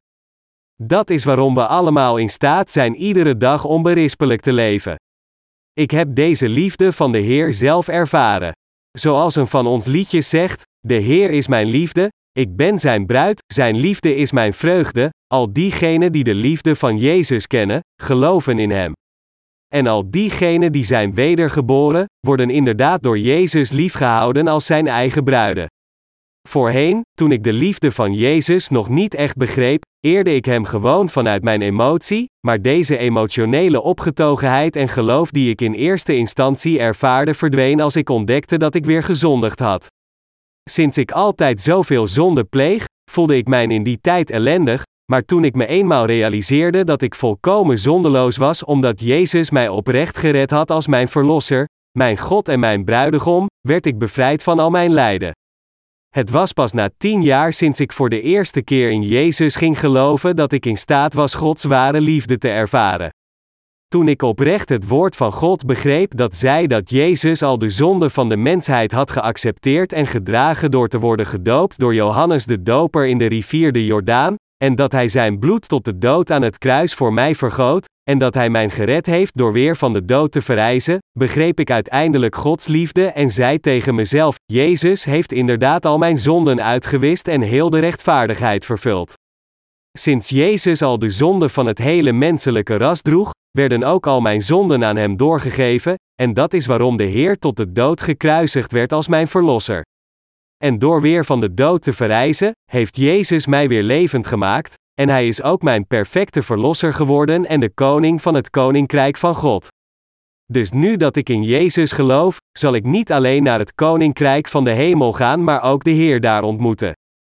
Dat is waarom we allemaal in staat zijn iedere dag onberispelijk te leven. Ik heb deze liefde van de Heer zelf ervaren. Zoals een van ons liedjes zegt, de Heer is mijn liefde, ik ben zijn bruid, zijn liefde is mijn vreugde, al diegenen die de liefde van Jezus kennen, geloven in Hem. En al diegenen die zijn wedergeboren, worden inderdaad door Jezus liefgehouden als zijn eigen bruiden. Voorheen, toen ik de liefde van Jezus nog niet echt begreep, eerde ik Hem gewoon vanuit mijn emotie, maar deze emotionele opgetogenheid en geloof die ik in eerste instantie ervaarde verdween als ik ontdekte dat ik weer gezondigd had. Sinds ik altijd zoveel zonde pleeg, voelde ik mij in die tijd ellendig, maar toen ik me eenmaal realiseerde dat ik volkomen zondeloos was omdat Jezus mij oprecht gered had als mijn verlosser, mijn God en mijn bruidegom, werd ik bevrijd van al mijn lijden. Het was pas na 10 jaar sinds ik voor de eerste keer in Jezus ging geloven dat ik in staat was Gods ware liefde te ervaren. Toen ik oprecht het woord van God begreep dat zei dat Jezus al de zonde van de mensheid had geaccepteerd en gedragen door te worden gedoopt door Johannes de Doper in de rivier de Jordaan, en dat Hij zijn bloed tot de dood aan het kruis voor mij vergoot, en dat Hij mij gered heeft door weer van de dood te verrijzen, begreep ik uiteindelijk Gods liefde en zei tegen mezelf, Jezus heeft inderdaad al mijn zonden uitgewist en heel de rechtvaardigheid vervuld. Sinds Jezus al de zonde van het hele menselijke ras droeg, werden ook al mijn zonden aan Hem doorgegeven, en dat is waarom de Heer tot de dood gekruisigd werd als mijn verlosser. En door weer van de dood te verrijzen, heeft Jezus mij weer levend gemaakt, en Hij is ook mijn perfecte verlosser geworden en de koning van het koninkrijk van God. Dus nu dat ik in Jezus geloof, zal ik niet alleen naar het koninkrijk van de hemel gaan, maar ook de Heer daar ontmoeten.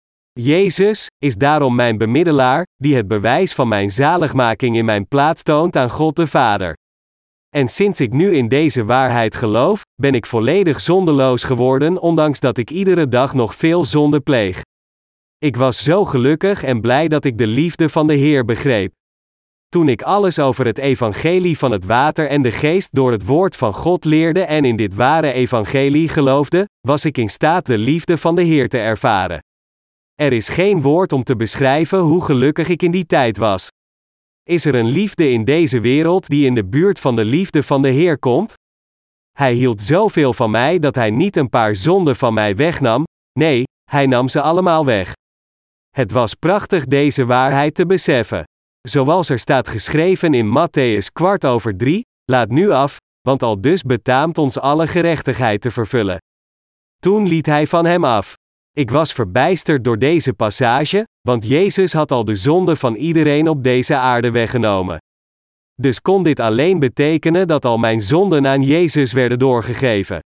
Jezus is daarom mijn bemiddelaar, die het bewijs van mijn zaligmaking in mijn plaats toont aan God de Vader. En sinds ik nu in deze waarheid geloof, ben ik volledig zondeloos geworden, ondanks dat ik iedere dag nog veel zonde pleeg. Ik was zo gelukkig en blij dat ik de liefde van de Heer begreep. Toen ik alles over het evangelie van het water en de geest door het woord van God leerde en in dit ware evangelie geloofde, was ik in staat de liefde van de Heer te ervaren. Er is geen woord om te beschrijven hoe gelukkig ik in die tijd was. Is er een liefde in deze wereld die in de buurt van de liefde van de Heer komt? Hij hield zoveel van mij dat Hij niet een paar zonden van mij wegnam, nee, Hij nam ze allemaal weg. Het was prachtig deze waarheid te beseffen. Zoals er staat geschreven in Mattheüs 2:15, laat nu af, want aldus betaamt ons alle gerechtigheid te vervullen. Toen liet Hij van hem af. Ik was verbijsterd door deze passage, want Jezus had al de zonde van iedereen op deze aarde weggenomen. Dus kon dit alleen betekenen dat al mijn zonden aan Jezus werden doorgegeven.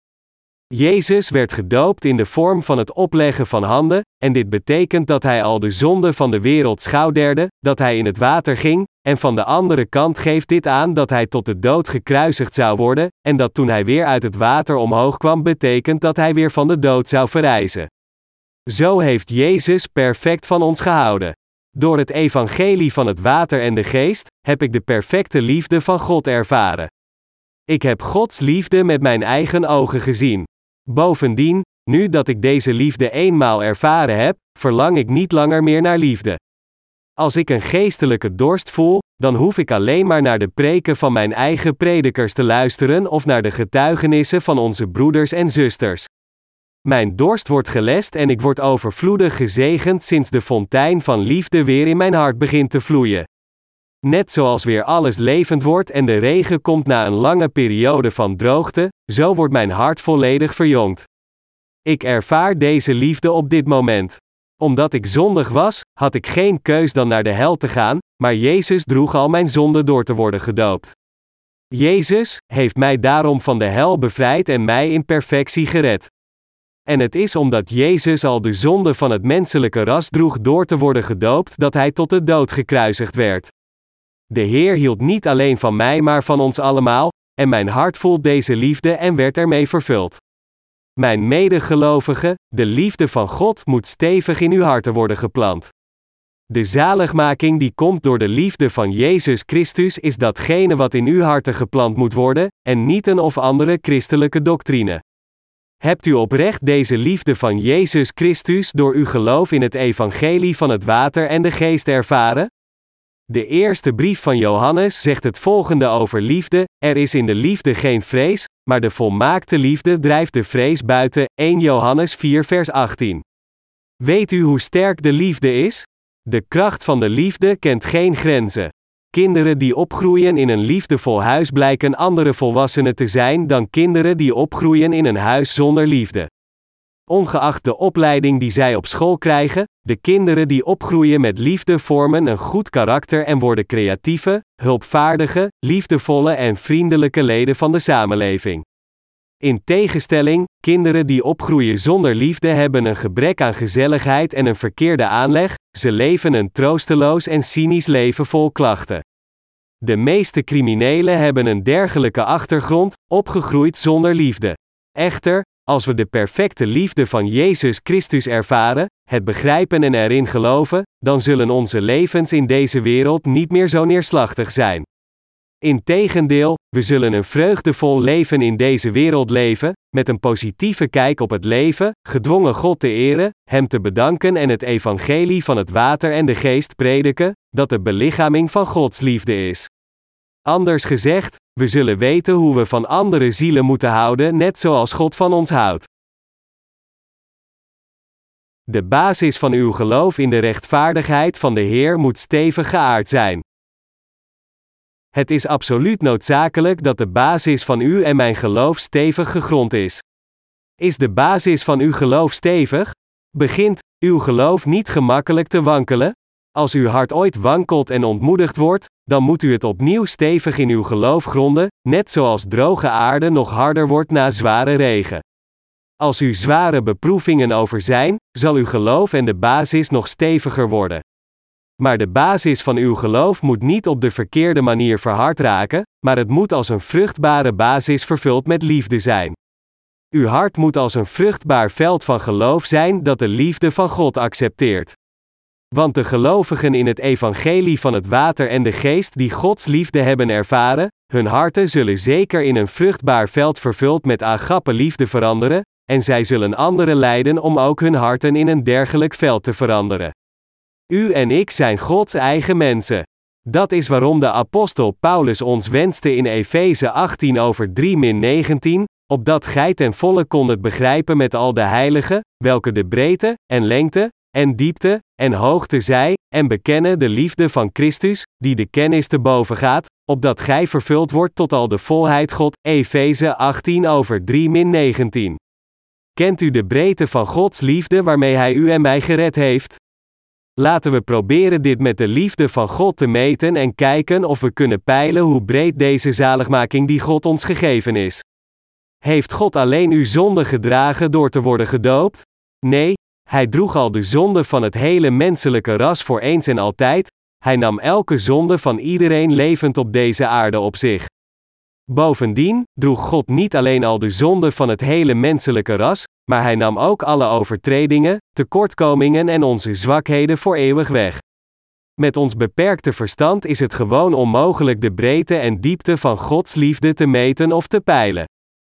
Jezus werd gedoopt in de vorm van het opleggen van handen, en dit betekent dat Hij al de zonde van de wereld schouderde, dat Hij in het water ging, en van de andere kant geeft dit aan dat Hij tot de dood gekruisigd zou worden, en dat toen Hij weer uit het water omhoog kwam betekent dat Hij weer van de dood zou verrijzen. Zo heeft Jezus perfect van ons gehouden. Door het evangelie van het water en de geest, heb ik de perfecte liefde van God ervaren. Ik heb Gods liefde met mijn eigen ogen gezien. Bovendien, nu dat ik deze liefde eenmaal ervaren heb, verlang ik niet langer meer naar liefde. Als ik een geestelijke dorst voel, dan hoef ik alleen maar naar de preken van mijn eigen predikers te luisteren of naar de getuigenissen van onze broeders en zusters. Mijn dorst wordt gelest en ik word overvloedig gezegend sinds de fontein van liefde weer in mijn hart begint te vloeien. Net zoals weer alles levend wordt en de regen komt na een lange periode van droogte, zo wordt mijn hart volledig verjongd. Ik ervaar deze liefde op dit moment. Omdat ik zondig was, had ik geen keus dan naar de hel te gaan, maar Jezus droeg al mijn zonden door te worden gedoopt. Jezus heeft mij daarom van de hel bevrijd en mij in perfectie gered. En het is omdat Jezus al de zonde van het menselijke ras droeg door te worden gedoopt dat Hij tot de dood gekruisigd werd. De Heer hield niet alleen van mij maar van ons allemaal, en mijn hart voelt deze liefde en werd ermee vervuld. Mijn medegelovigen, de liefde van God moet stevig in uw harten worden geplant. De zaligmaking die komt door de liefde van Jezus Christus is datgene wat in uw harten geplant moet worden, en niet een of andere christelijke doctrine. Hebt u oprecht deze liefde van Jezus Christus door uw geloof in het evangelie van het water en de geest ervaren? De eerste brief van Johannes zegt het volgende over liefde: er is in de liefde geen vrees, maar de volmaakte liefde drijft de vrees buiten. 1 Johannes 4 vers 18. Weet u hoe sterk de liefde is? De kracht van de liefde kent geen grenzen. Kinderen die opgroeien in een liefdevol huis blijken andere volwassenen te zijn dan kinderen die opgroeien in een huis zonder liefde. Ongeacht de opleiding die zij op school krijgen, de kinderen die opgroeien met liefde vormen een goed karakter en worden creatieve, hulpvaardige, liefdevolle en vriendelijke leden van de samenleving. In tegenstelling, kinderen die opgroeien zonder liefde hebben een gebrek aan gezelligheid en een verkeerde aanleg, ze leven een troosteloos en cynisch leven vol klachten. De meeste criminelen hebben een dergelijke achtergrond, opgegroeid zonder liefde. Echter, als we de perfecte liefde van Jezus Christus ervaren, het begrijpen en erin geloven, dan zullen onze levens in deze wereld niet meer zo neerslachtig zijn. Integendeel, we zullen een vreugdevol leven in deze wereld leven, met een positieve kijk op het leven, gedwongen God te eren, Hem te bedanken en het evangelie van het water en de geest prediken, dat de belichaming van Gods liefde is. Anders gezegd, we zullen weten hoe we van andere zielen moeten houden net zoals God van ons houdt. De basis van uw geloof in de rechtvaardigheid van de Heer moet stevig geaard zijn. Het is absoluut noodzakelijk dat de basis van uw en mijn geloof stevig gegrond is. Is de basis van uw geloof stevig? Begint uw geloof niet gemakkelijk te wankelen? Als uw hart ooit wankelt en ontmoedigd wordt, dan moet u het opnieuw stevig in uw geloof gronden, net zoals droge aarde nog harder wordt na zware regen. Als u zware beproevingen over zijn, zal uw geloof en de basis nog steviger worden. Maar de basis van uw geloof moet niet op de verkeerde manier verhard raken, maar het moet als een vruchtbare basis vervuld met liefde zijn. Uw hart moet als een vruchtbaar veld van geloof zijn dat de liefde van God accepteert. Want de gelovigen in het evangelie van het water en de geest die Gods liefde hebben ervaren, hun harten zullen zeker in een vruchtbaar veld vervuld met agape liefde veranderen, en zij zullen anderen leiden om ook hun harten in een dergelijk veld te veranderen. U en ik zijn Gods eigen mensen. Dat is waarom de apostel Paulus ons wenste in Efeze 18:3-19, opdat gij ten volle kondet begrijpen met al de heiligen, welke de breedte, en lengte, en diepte, en hoogte zij, en bekennen de liefde van Christus, die de kennis te boven gaat, opdat gij vervuld wordt tot al de volheid God. Efeze 18:3-19. Kent u de breedte van Gods liefde waarmee Hij u en mij gered heeft? Laten we proberen dit met de liefde van God te meten en kijken of we kunnen peilen hoe breed deze zaligmaking die God ons gegeven is. Heeft God alleen uw zonde gedragen door te worden gedoopt? Nee, Hij droeg al de zonde van het hele menselijke ras voor eens en altijd. Hij nam elke zonde van iedereen levend op deze aarde op zich. Bovendien droeg God niet alleen al de zonde van het hele menselijke ras, maar Hij nam ook alle overtredingen, tekortkomingen en onze zwakheden voor eeuwig weg. Met ons beperkte verstand is het gewoon onmogelijk de breedte en diepte van Gods liefde te meten of te peilen.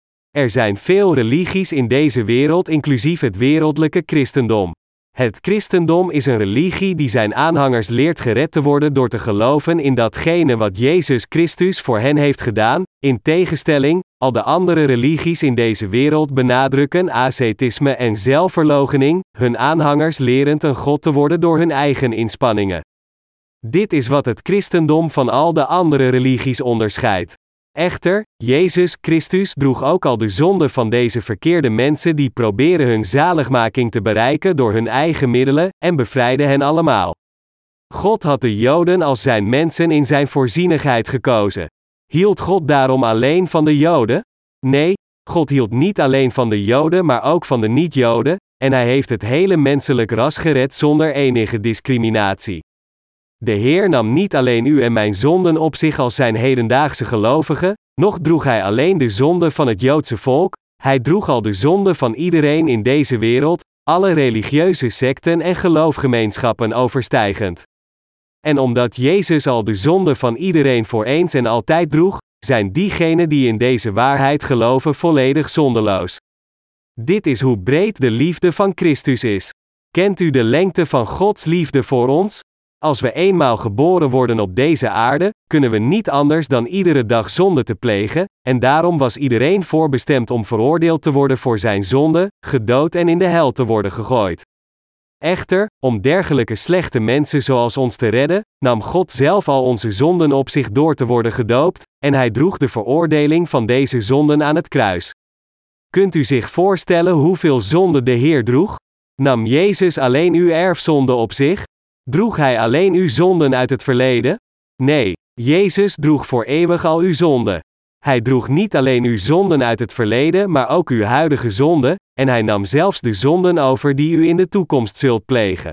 Er zijn veel religies in deze wereld, inclusief het wereldlijke christendom. Het christendom is een religie die zijn aanhangers leert gered te worden door te geloven in datgene wat Jezus Christus voor hen heeft gedaan. In tegenstelling, al de andere religies in deze wereld benadrukken ascetisme en zelfverloochening, hun aanhangers lerend een God te worden door hun eigen inspanningen. Dit is wat het christendom van al de andere religies onderscheidt. Echter, Jezus Christus droeg ook al de zonde van deze verkeerde mensen die proberen hun zaligmaking te bereiken door hun eigen middelen, en bevrijdde hen allemaal. God had de Joden als zijn mensen in zijn voorzienigheid gekozen. Hield God daarom alleen van de Joden? Nee, God hield niet alleen van de Joden maar ook van de niet-Joden, en Hij heeft het hele menselijk ras gered zonder enige discriminatie. De Heer nam niet alleen u en mijn zonden op zich als zijn hedendaagse gelovige, noch droeg Hij alleen de zonde van het Joodse volk, Hij droeg al de zonde van iedereen in deze wereld, alle religieuze secten en geloofgemeenschappen overstijgend. En omdat Jezus al de zonde van iedereen voor eens en altijd droeg, zijn diegenen die in deze waarheid geloven volledig zondeloos. Dit is hoe breed de liefde van Christus is. Kent u de lengte van Gods liefde voor ons? Als we eenmaal geboren worden op deze aarde, kunnen we niet anders dan iedere dag zonde te plegen, en daarom was iedereen voorbestemd om veroordeeld te worden voor zijn zonde, gedood en in de hel te worden gegooid. Echter, om dergelijke slechte mensen zoals ons te redden, nam God zelf al onze zonden op zich door te worden gedoopt, en Hij droeg de veroordeling van deze zonden aan het kruis. Kunt u zich voorstellen hoeveel zonde de Heer droeg? Nam Jezus alleen uw erfzonde op zich? Droeg Hij alleen uw zonden uit het verleden? Nee, Jezus droeg voor eeuwig al uw zonden. Hij droeg niet alleen uw zonden uit het verleden, maar ook uw huidige zonden, en Hij nam zelfs de zonden over die u in de toekomst zult plegen.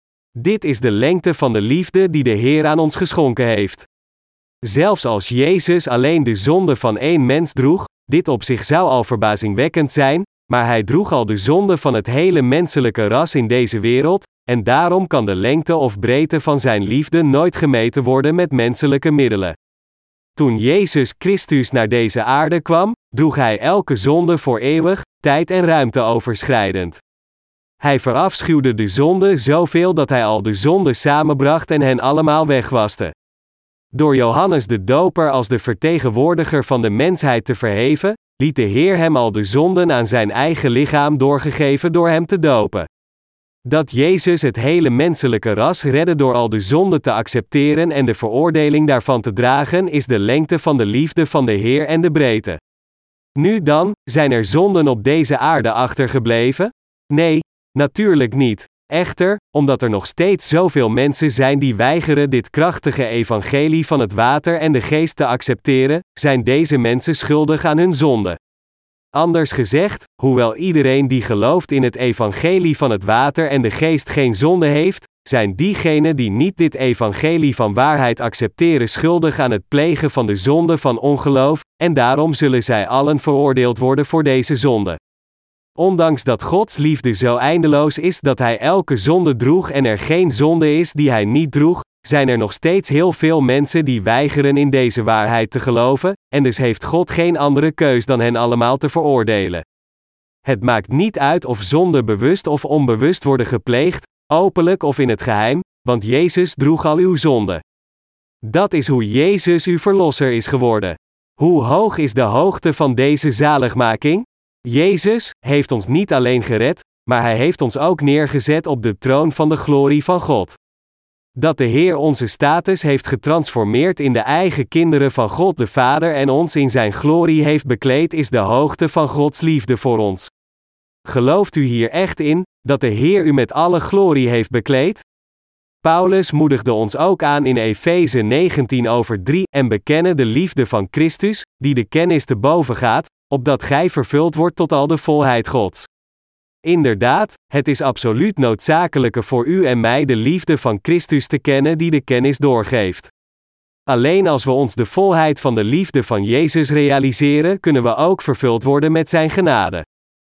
Dit is de lengte van de liefde die de Heer aan ons geschonken heeft. Zelfs als Jezus alleen de zonde van één mens droeg, dit op zich zou al verbazingwekkend zijn, maar Hij droeg al de zonde van het hele menselijke ras in deze wereld, en daarom kan de lengte of breedte van zijn liefde nooit gemeten worden met menselijke middelen. Toen Jezus Christus naar deze aarde kwam, droeg Hij elke zonde voor eeuwig, tijd en ruimte overschrijdend. Hij verafschuwde de zonde zoveel dat Hij al de zonden samenbracht en hen allemaal wegwaste. Door Johannes de Doper als de vertegenwoordiger van de mensheid te verheven, liet de Heer hem al de zonden aan zijn eigen lichaam doorgegeven door hem te dopen. Dat Jezus het hele menselijke ras redde door al de zonden te accepteren en de veroordeling daarvan te dragen is de lengte van de liefde van de Heer en de breedte. Nu dan, zijn er zonden op deze aarde achtergebleven? Nee, natuurlijk niet. Echter, omdat er nog steeds zoveel mensen zijn die weigeren dit krachtige evangelie van het water en de geest te accepteren, zijn deze mensen schuldig aan hun zonde. Anders gezegd, hoewel iedereen die gelooft in het evangelie van het water en de geest geen zonde heeft, zijn diegenen die niet dit evangelie van waarheid accepteren schuldig aan het plegen van de zonde van ongeloof, en daarom zullen zij allen veroordeeld worden voor deze zonde. Ondanks dat Gods liefde zo eindeloos is dat Hij elke zonde droeg en er geen zonde is die Hij niet droeg, zijn er nog steeds heel veel mensen die weigeren in deze waarheid te geloven, en dus heeft God geen andere keus dan hen allemaal te veroordelen. Het maakt niet uit of zonden bewust of onbewust worden gepleegd, openlijk of in het geheim, want Jezus droeg al uw zonden. Dat is hoe Jezus uw verlosser is geworden. Hoe hoog is de hoogte van deze zaligmaking? Jezus heeft ons niet alleen gered, maar Hij heeft ons ook neergezet op de troon van de glorie van God. Dat de Heer onze status heeft getransformeerd in de eigen kinderen van God de Vader en ons in Zijn glorie heeft bekleed is de hoogte van Gods liefde voor ons. Gelooft u hier echt in, dat de Heer u met alle glorie heeft bekleed? Paulus moedigde ons ook aan in Efeze 19:3 en bekennen de liefde van Christus, die de kennis te boven gaat, opdat gij vervuld wordt tot al de volheid Gods. Inderdaad, het is absoluut noodzakelijker voor u en mij de liefde van Christus te kennen die de kennis doorgeeft. Alleen als we ons de volheid van de liefde van Jezus realiseren, kunnen we ook vervuld worden met Zijn genade.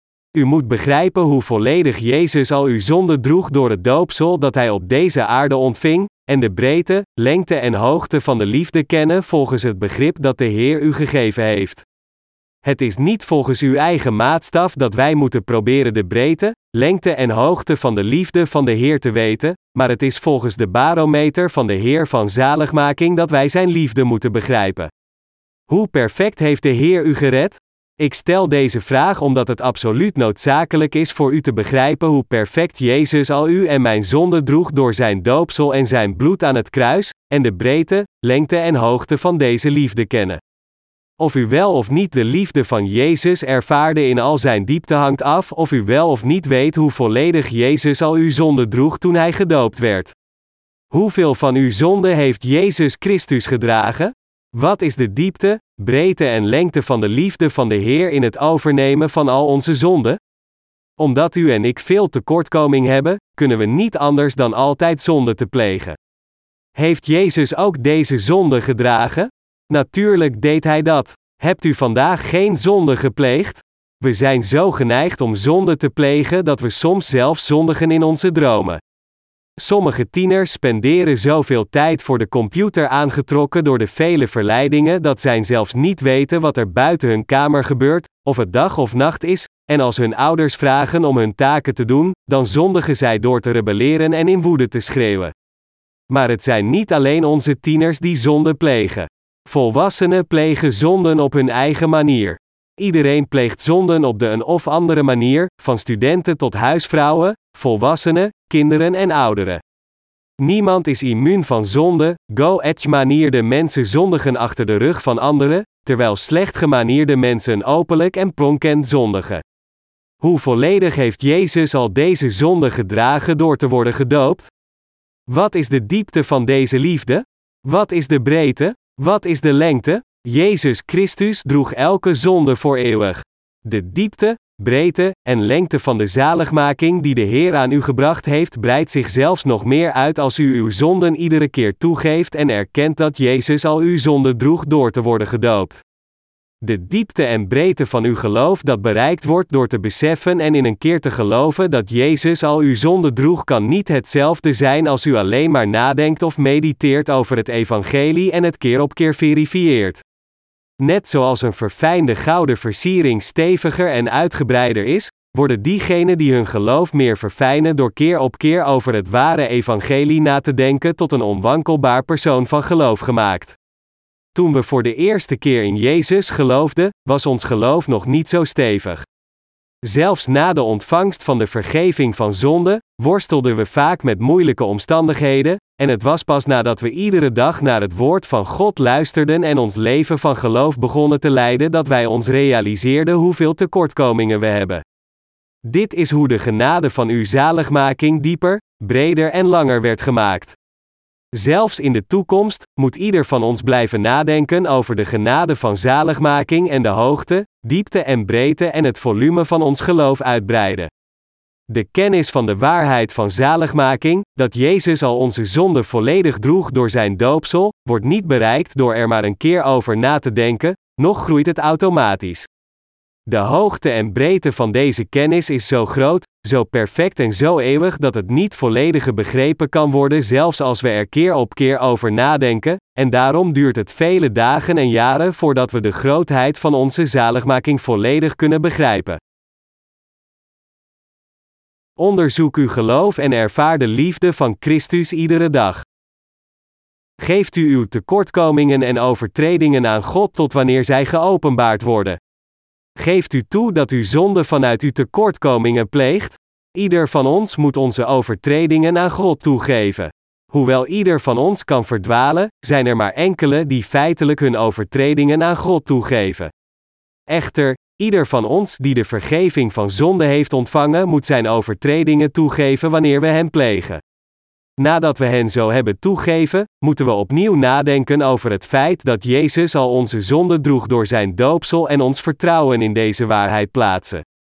U moet begrijpen hoe volledig Jezus al uw zonde droeg door het doopsel dat Hij op deze aarde ontving, en de breedte, lengte en hoogte van de liefde kennen volgens het begrip dat de Heer u gegeven heeft. Het is niet volgens uw eigen maatstaf dat wij moeten proberen de breedte, lengte en hoogte van de liefde van de Heer te weten, maar het is volgens de barometer van de Heer van zaligmaking dat wij Zijn liefde moeten begrijpen. Hoe perfect heeft de Heer u gered? Ik stel deze vraag omdat het absoluut noodzakelijk is voor u te begrijpen hoe perfect Jezus al u en mijn zonde droeg door Zijn doopsel en Zijn bloed aan het kruis, en de breedte, lengte en hoogte van deze liefde kennen. Of u wel of niet de liefde van Jezus ervaarde in al zijn diepte hangt af of u wel of niet weet hoe volledig Jezus al uw zonde droeg toen Hij gedoopt werd. Hoeveel van uw zonde heeft Jezus Christus gedragen? Wat is de diepte, breedte en lengte van de liefde van de Heer in het overnemen van al onze zonden? Omdat u en ik veel tekortkoming hebben, kunnen we niet anders dan altijd zonde te plegen. Heeft Jezus ook deze zonde gedragen? Natuurlijk deed Hij dat. Hebt u vandaag geen zonde gepleegd? We zijn zo geneigd om zonde te plegen dat we soms zelfs zondigen in onze dromen. Sommige tieners spenderen zoveel tijd voor de computer aangetrokken door de vele verleidingen dat zij zelfs niet weten wat er buiten hun kamer gebeurt, of het dag of nacht is, en als hun ouders vragen om hun taken te doen, dan zondigen zij door te rebelleren en in woede te schreeuwen. Maar het zijn niet alleen onze tieners die zonde plegen. Volwassenen plegen zonden op hun eigen manier. Iedereen pleegt zonden op de een of andere manier, van studenten tot huisvrouwen, volwassenen, kinderen en ouderen. Niemand is immuun van zonde, go-edge-manierde mensen zondigen achter de rug van anderen, terwijl slecht gemanierde mensen openlijk en pronkend zondigen. Hoe volledig heeft Jezus al deze zonde gedragen door te worden gedoopt? Wat is de diepte van deze liefde? Wat is de breedte? Wat is de lengte? Jezus Christus droeg elke zonde voor eeuwig. De diepte, breedte en lengte van de zaligmaking die de Heer aan u gebracht heeft, breidt zich zelfs nog meer uit als u uw zonden iedere keer toegeeft en erkent dat Jezus al uw zonde droeg door te worden gedoopt. De diepte en breedte van uw geloof dat bereikt wordt door te beseffen en in een keer te geloven dat Jezus al uw zonde droeg kan niet hetzelfde zijn als u alleen maar nadenkt of mediteert over het evangelie en het keer op keer verifieert. Net zoals een verfijnde gouden versiering steviger en uitgebreider is, worden diegenen die hun geloof meer verfijnen door keer op keer over het ware evangelie na te denken tot een onwankelbaar persoon van geloof gemaakt. Toen we voor de eerste keer in Jezus geloofden, was ons geloof nog niet zo stevig. Zelfs na de ontvangst van de vergeving van zonde, worstelden we vaak met moeilijke omstandigheden, en het was pas nadat we iedere dag naar het woord van God luisterden en ons leven van geloof begonnen te leiden dat wij ons realiseerden hoeveel tekortkomingen we hebben. Dit is hoe de genade van uw zaligmaking dieper, breder en langer werd gemaakt. Zelfs in de toekomst moet ieder van ons blijven nadenken over de genade van zaligmaking en de hoogte, diepte en breedte en het volume van ons geloof uitbreiden. De kennis van de waarheid van zaligmaking, dat Jezus al onze zonden volledig droeg door zijn doopsel, wordt niet bereikt door er maar een keer over na te denken, noch groeit het automatisch. De hoogte en breedte van deze kennis is zo groot, zo perfect en zo eeuwig dat het niet volledig begrepen kan worden zelfs als we er keer op keer over nadenken, en daarom duurt het vele dagen en jaren voordat we de grootheid van onze zaligmaking volledig kunnen begrijpen. Onderzoek uw geloof en ervaar de liefde van Christus iedere dag. Geeft u uw tekortkomingen en overtredingen aan God tot wanneer zij geopenbaard worden. Geeft u toe dat u zonde vanuit uw tekortkomingen pleegt? Ieder van ons moet onze overtredingen aan God toegeven. Hoewel ieder van ons kan verdwalen, zijn er maar enkele die feitelijk hun overtredingen aan God toegeven. Echter, ieder van ons die de vergeving van zonde heeft ontvangen moet zijn overtredingen toegeven wanneer we hen plegen. Nadat we hen zo hebben toegeven, moeten we opnieuw nadenken over het feit dat Jezus al onze zonde droeg door zijn doopsel en ons vertrouwen in deze waarheid plaatsen.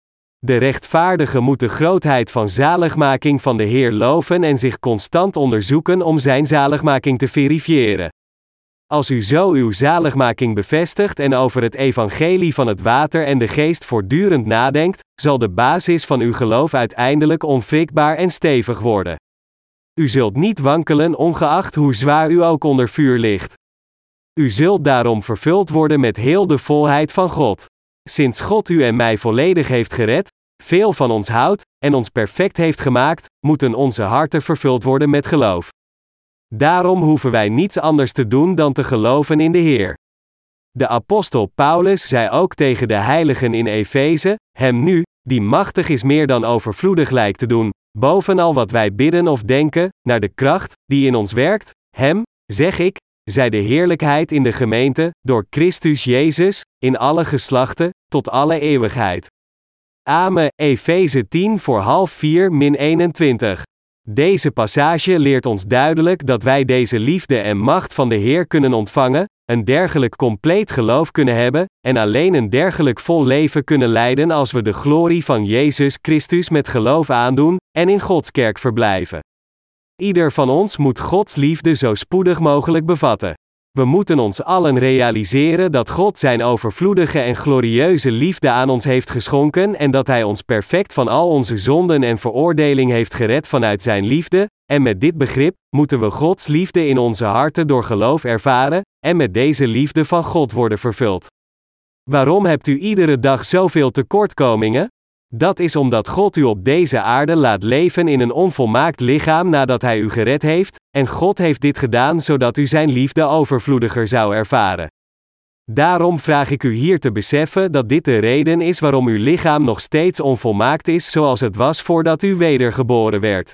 De rechtvaardige moet de grootheid van zaligmaking van de Heer loven en zich constant onderzoeken om zijn zaligmaking te verifiëren. Als u zo uw zaligmaking bevestigt en over het evangelie van het water en de geest voortdurend nadenkt, zal de basis van uw geloof uiteindelijk onwrikbaar en stevig worden. U zult niet wankelen ongeacht hoe zwaar u ook onder vuur ligt. U zult daarom vervuld worden met heel de volheid van God. Sinds God u en mij volledig heeft gered, veel van ons houdt, en ons perfect heeft gemaakt, moeten onze harten vervuld worden met geloof. Daarom hoeven wij niets anders te doen dan te geloven in de Heer. De apostel Paulus zei ook tegen de heiligen in Efeze, hem nu, die machtig is meer dan overvloedig lijkt te doen, bovenal wat wij bidden of denken, naar de kracht, die in ons werkt, hem, zeg ik, zij de heerlijkheid in de gemeente, door Christus Jezus, in alle geslachten, tot alle eeuwigheid. Amen, Efeze 10 voor 3:4-21. Deze passage leert ons duidelijk dat wij deze liefde en macht van de Heer kunnen ontvangen, een dergelijk compleet geloof kunnen hebben, en alleen een dergelijk vol leven kunnen leiden als we de glorie van Jezus Christus met geloof aandoen, en in Gods kerk verblijven. Ieder van ons moet Gods liefde zo spoedig mogelijk bevatten. We moeten ons allen realiseren dat God zijn overvloedige en glorieuze liefde aan ons heeft geschonken en dat Hij ons perfect van al onze zonden en veroordeling heeft gered vanuit zijn liefde, en met dit begrip moeten we Gods liefde in onze harten door geloof ervaren, en met deze liefde van God worden vervuld. Waarom hebt u iedere dag zoveel tekortkomingen? Dat is omdat God u op deze aarde laat leven in een onvolmaakt lichaam nadat Hij u gered heeft, en God heeft dit gedaan zodat u zijn liefde overvloediger zou ervaren. Daarom vraag ik u hier te beseffen dat dit de reden is waarom uw lichaam nog steeds onvolmaakt is zoals het was voordat u wedergeboren werd.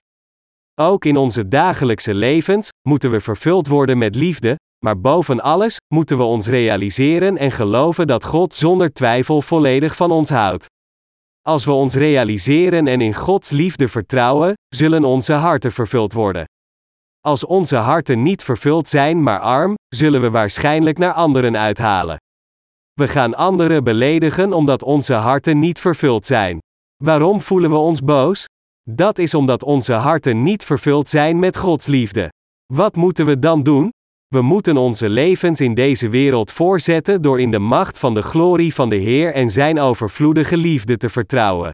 Ook in onze dagelijkse levens moeten we vervuld worden met liefde, maar boven alles moeten we ons realiseren en geloven dat God zonder twijfel volledig van ons houdt. Als we ons realiseren en in Gods liefde vertrouwen, zullen onze harten vervuld worden. Als onze harten niet vervuld zijn maar arm, zullen we waarschijnlijk naar anderen uithalen. We gaan anderen beledigen omdat onze harten niet vervuld zijn. Waarom voelen we ons boos? Dat is omdat onze harten niet vervuld zijn met Gods liefde. Wat moeten we dan doen? We moeten onze levens in deze wereld voorzetten door in de macht van de glorie van de Heer en zijn overvloedige liefde te vertrouwen.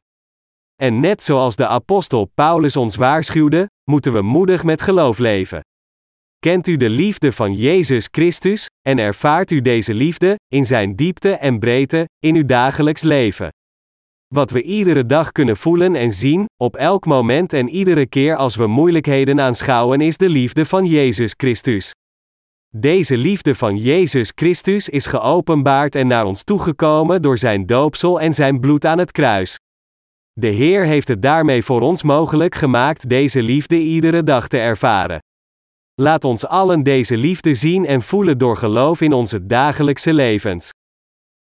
En net zoals de apostel Paulus ons waarschuwde, moeten we moedig met geloof leven. Kent u de liefde van Jezus Christus, en ervaart u deze liefde, in zijn diepte en breedte, in uw dagelijks leven? Wat we iedere dag kunnen voelen en zien, op elk moment en iedere keer als we moeilijkheden aanschouwen is de liefde van Jezus Christus. Deze liefde van Jezus Christus is geopenbaard en naar ons toegekomen door zijn doopsel en zijn bloed aan het kruis. De Heer heeft het daarmee voor ons mogelijk gemaakt deze liefde iedere dag te ervaren. Laat ons allen deze liefde zien en voelen door geloof in onze dagelijkse levens.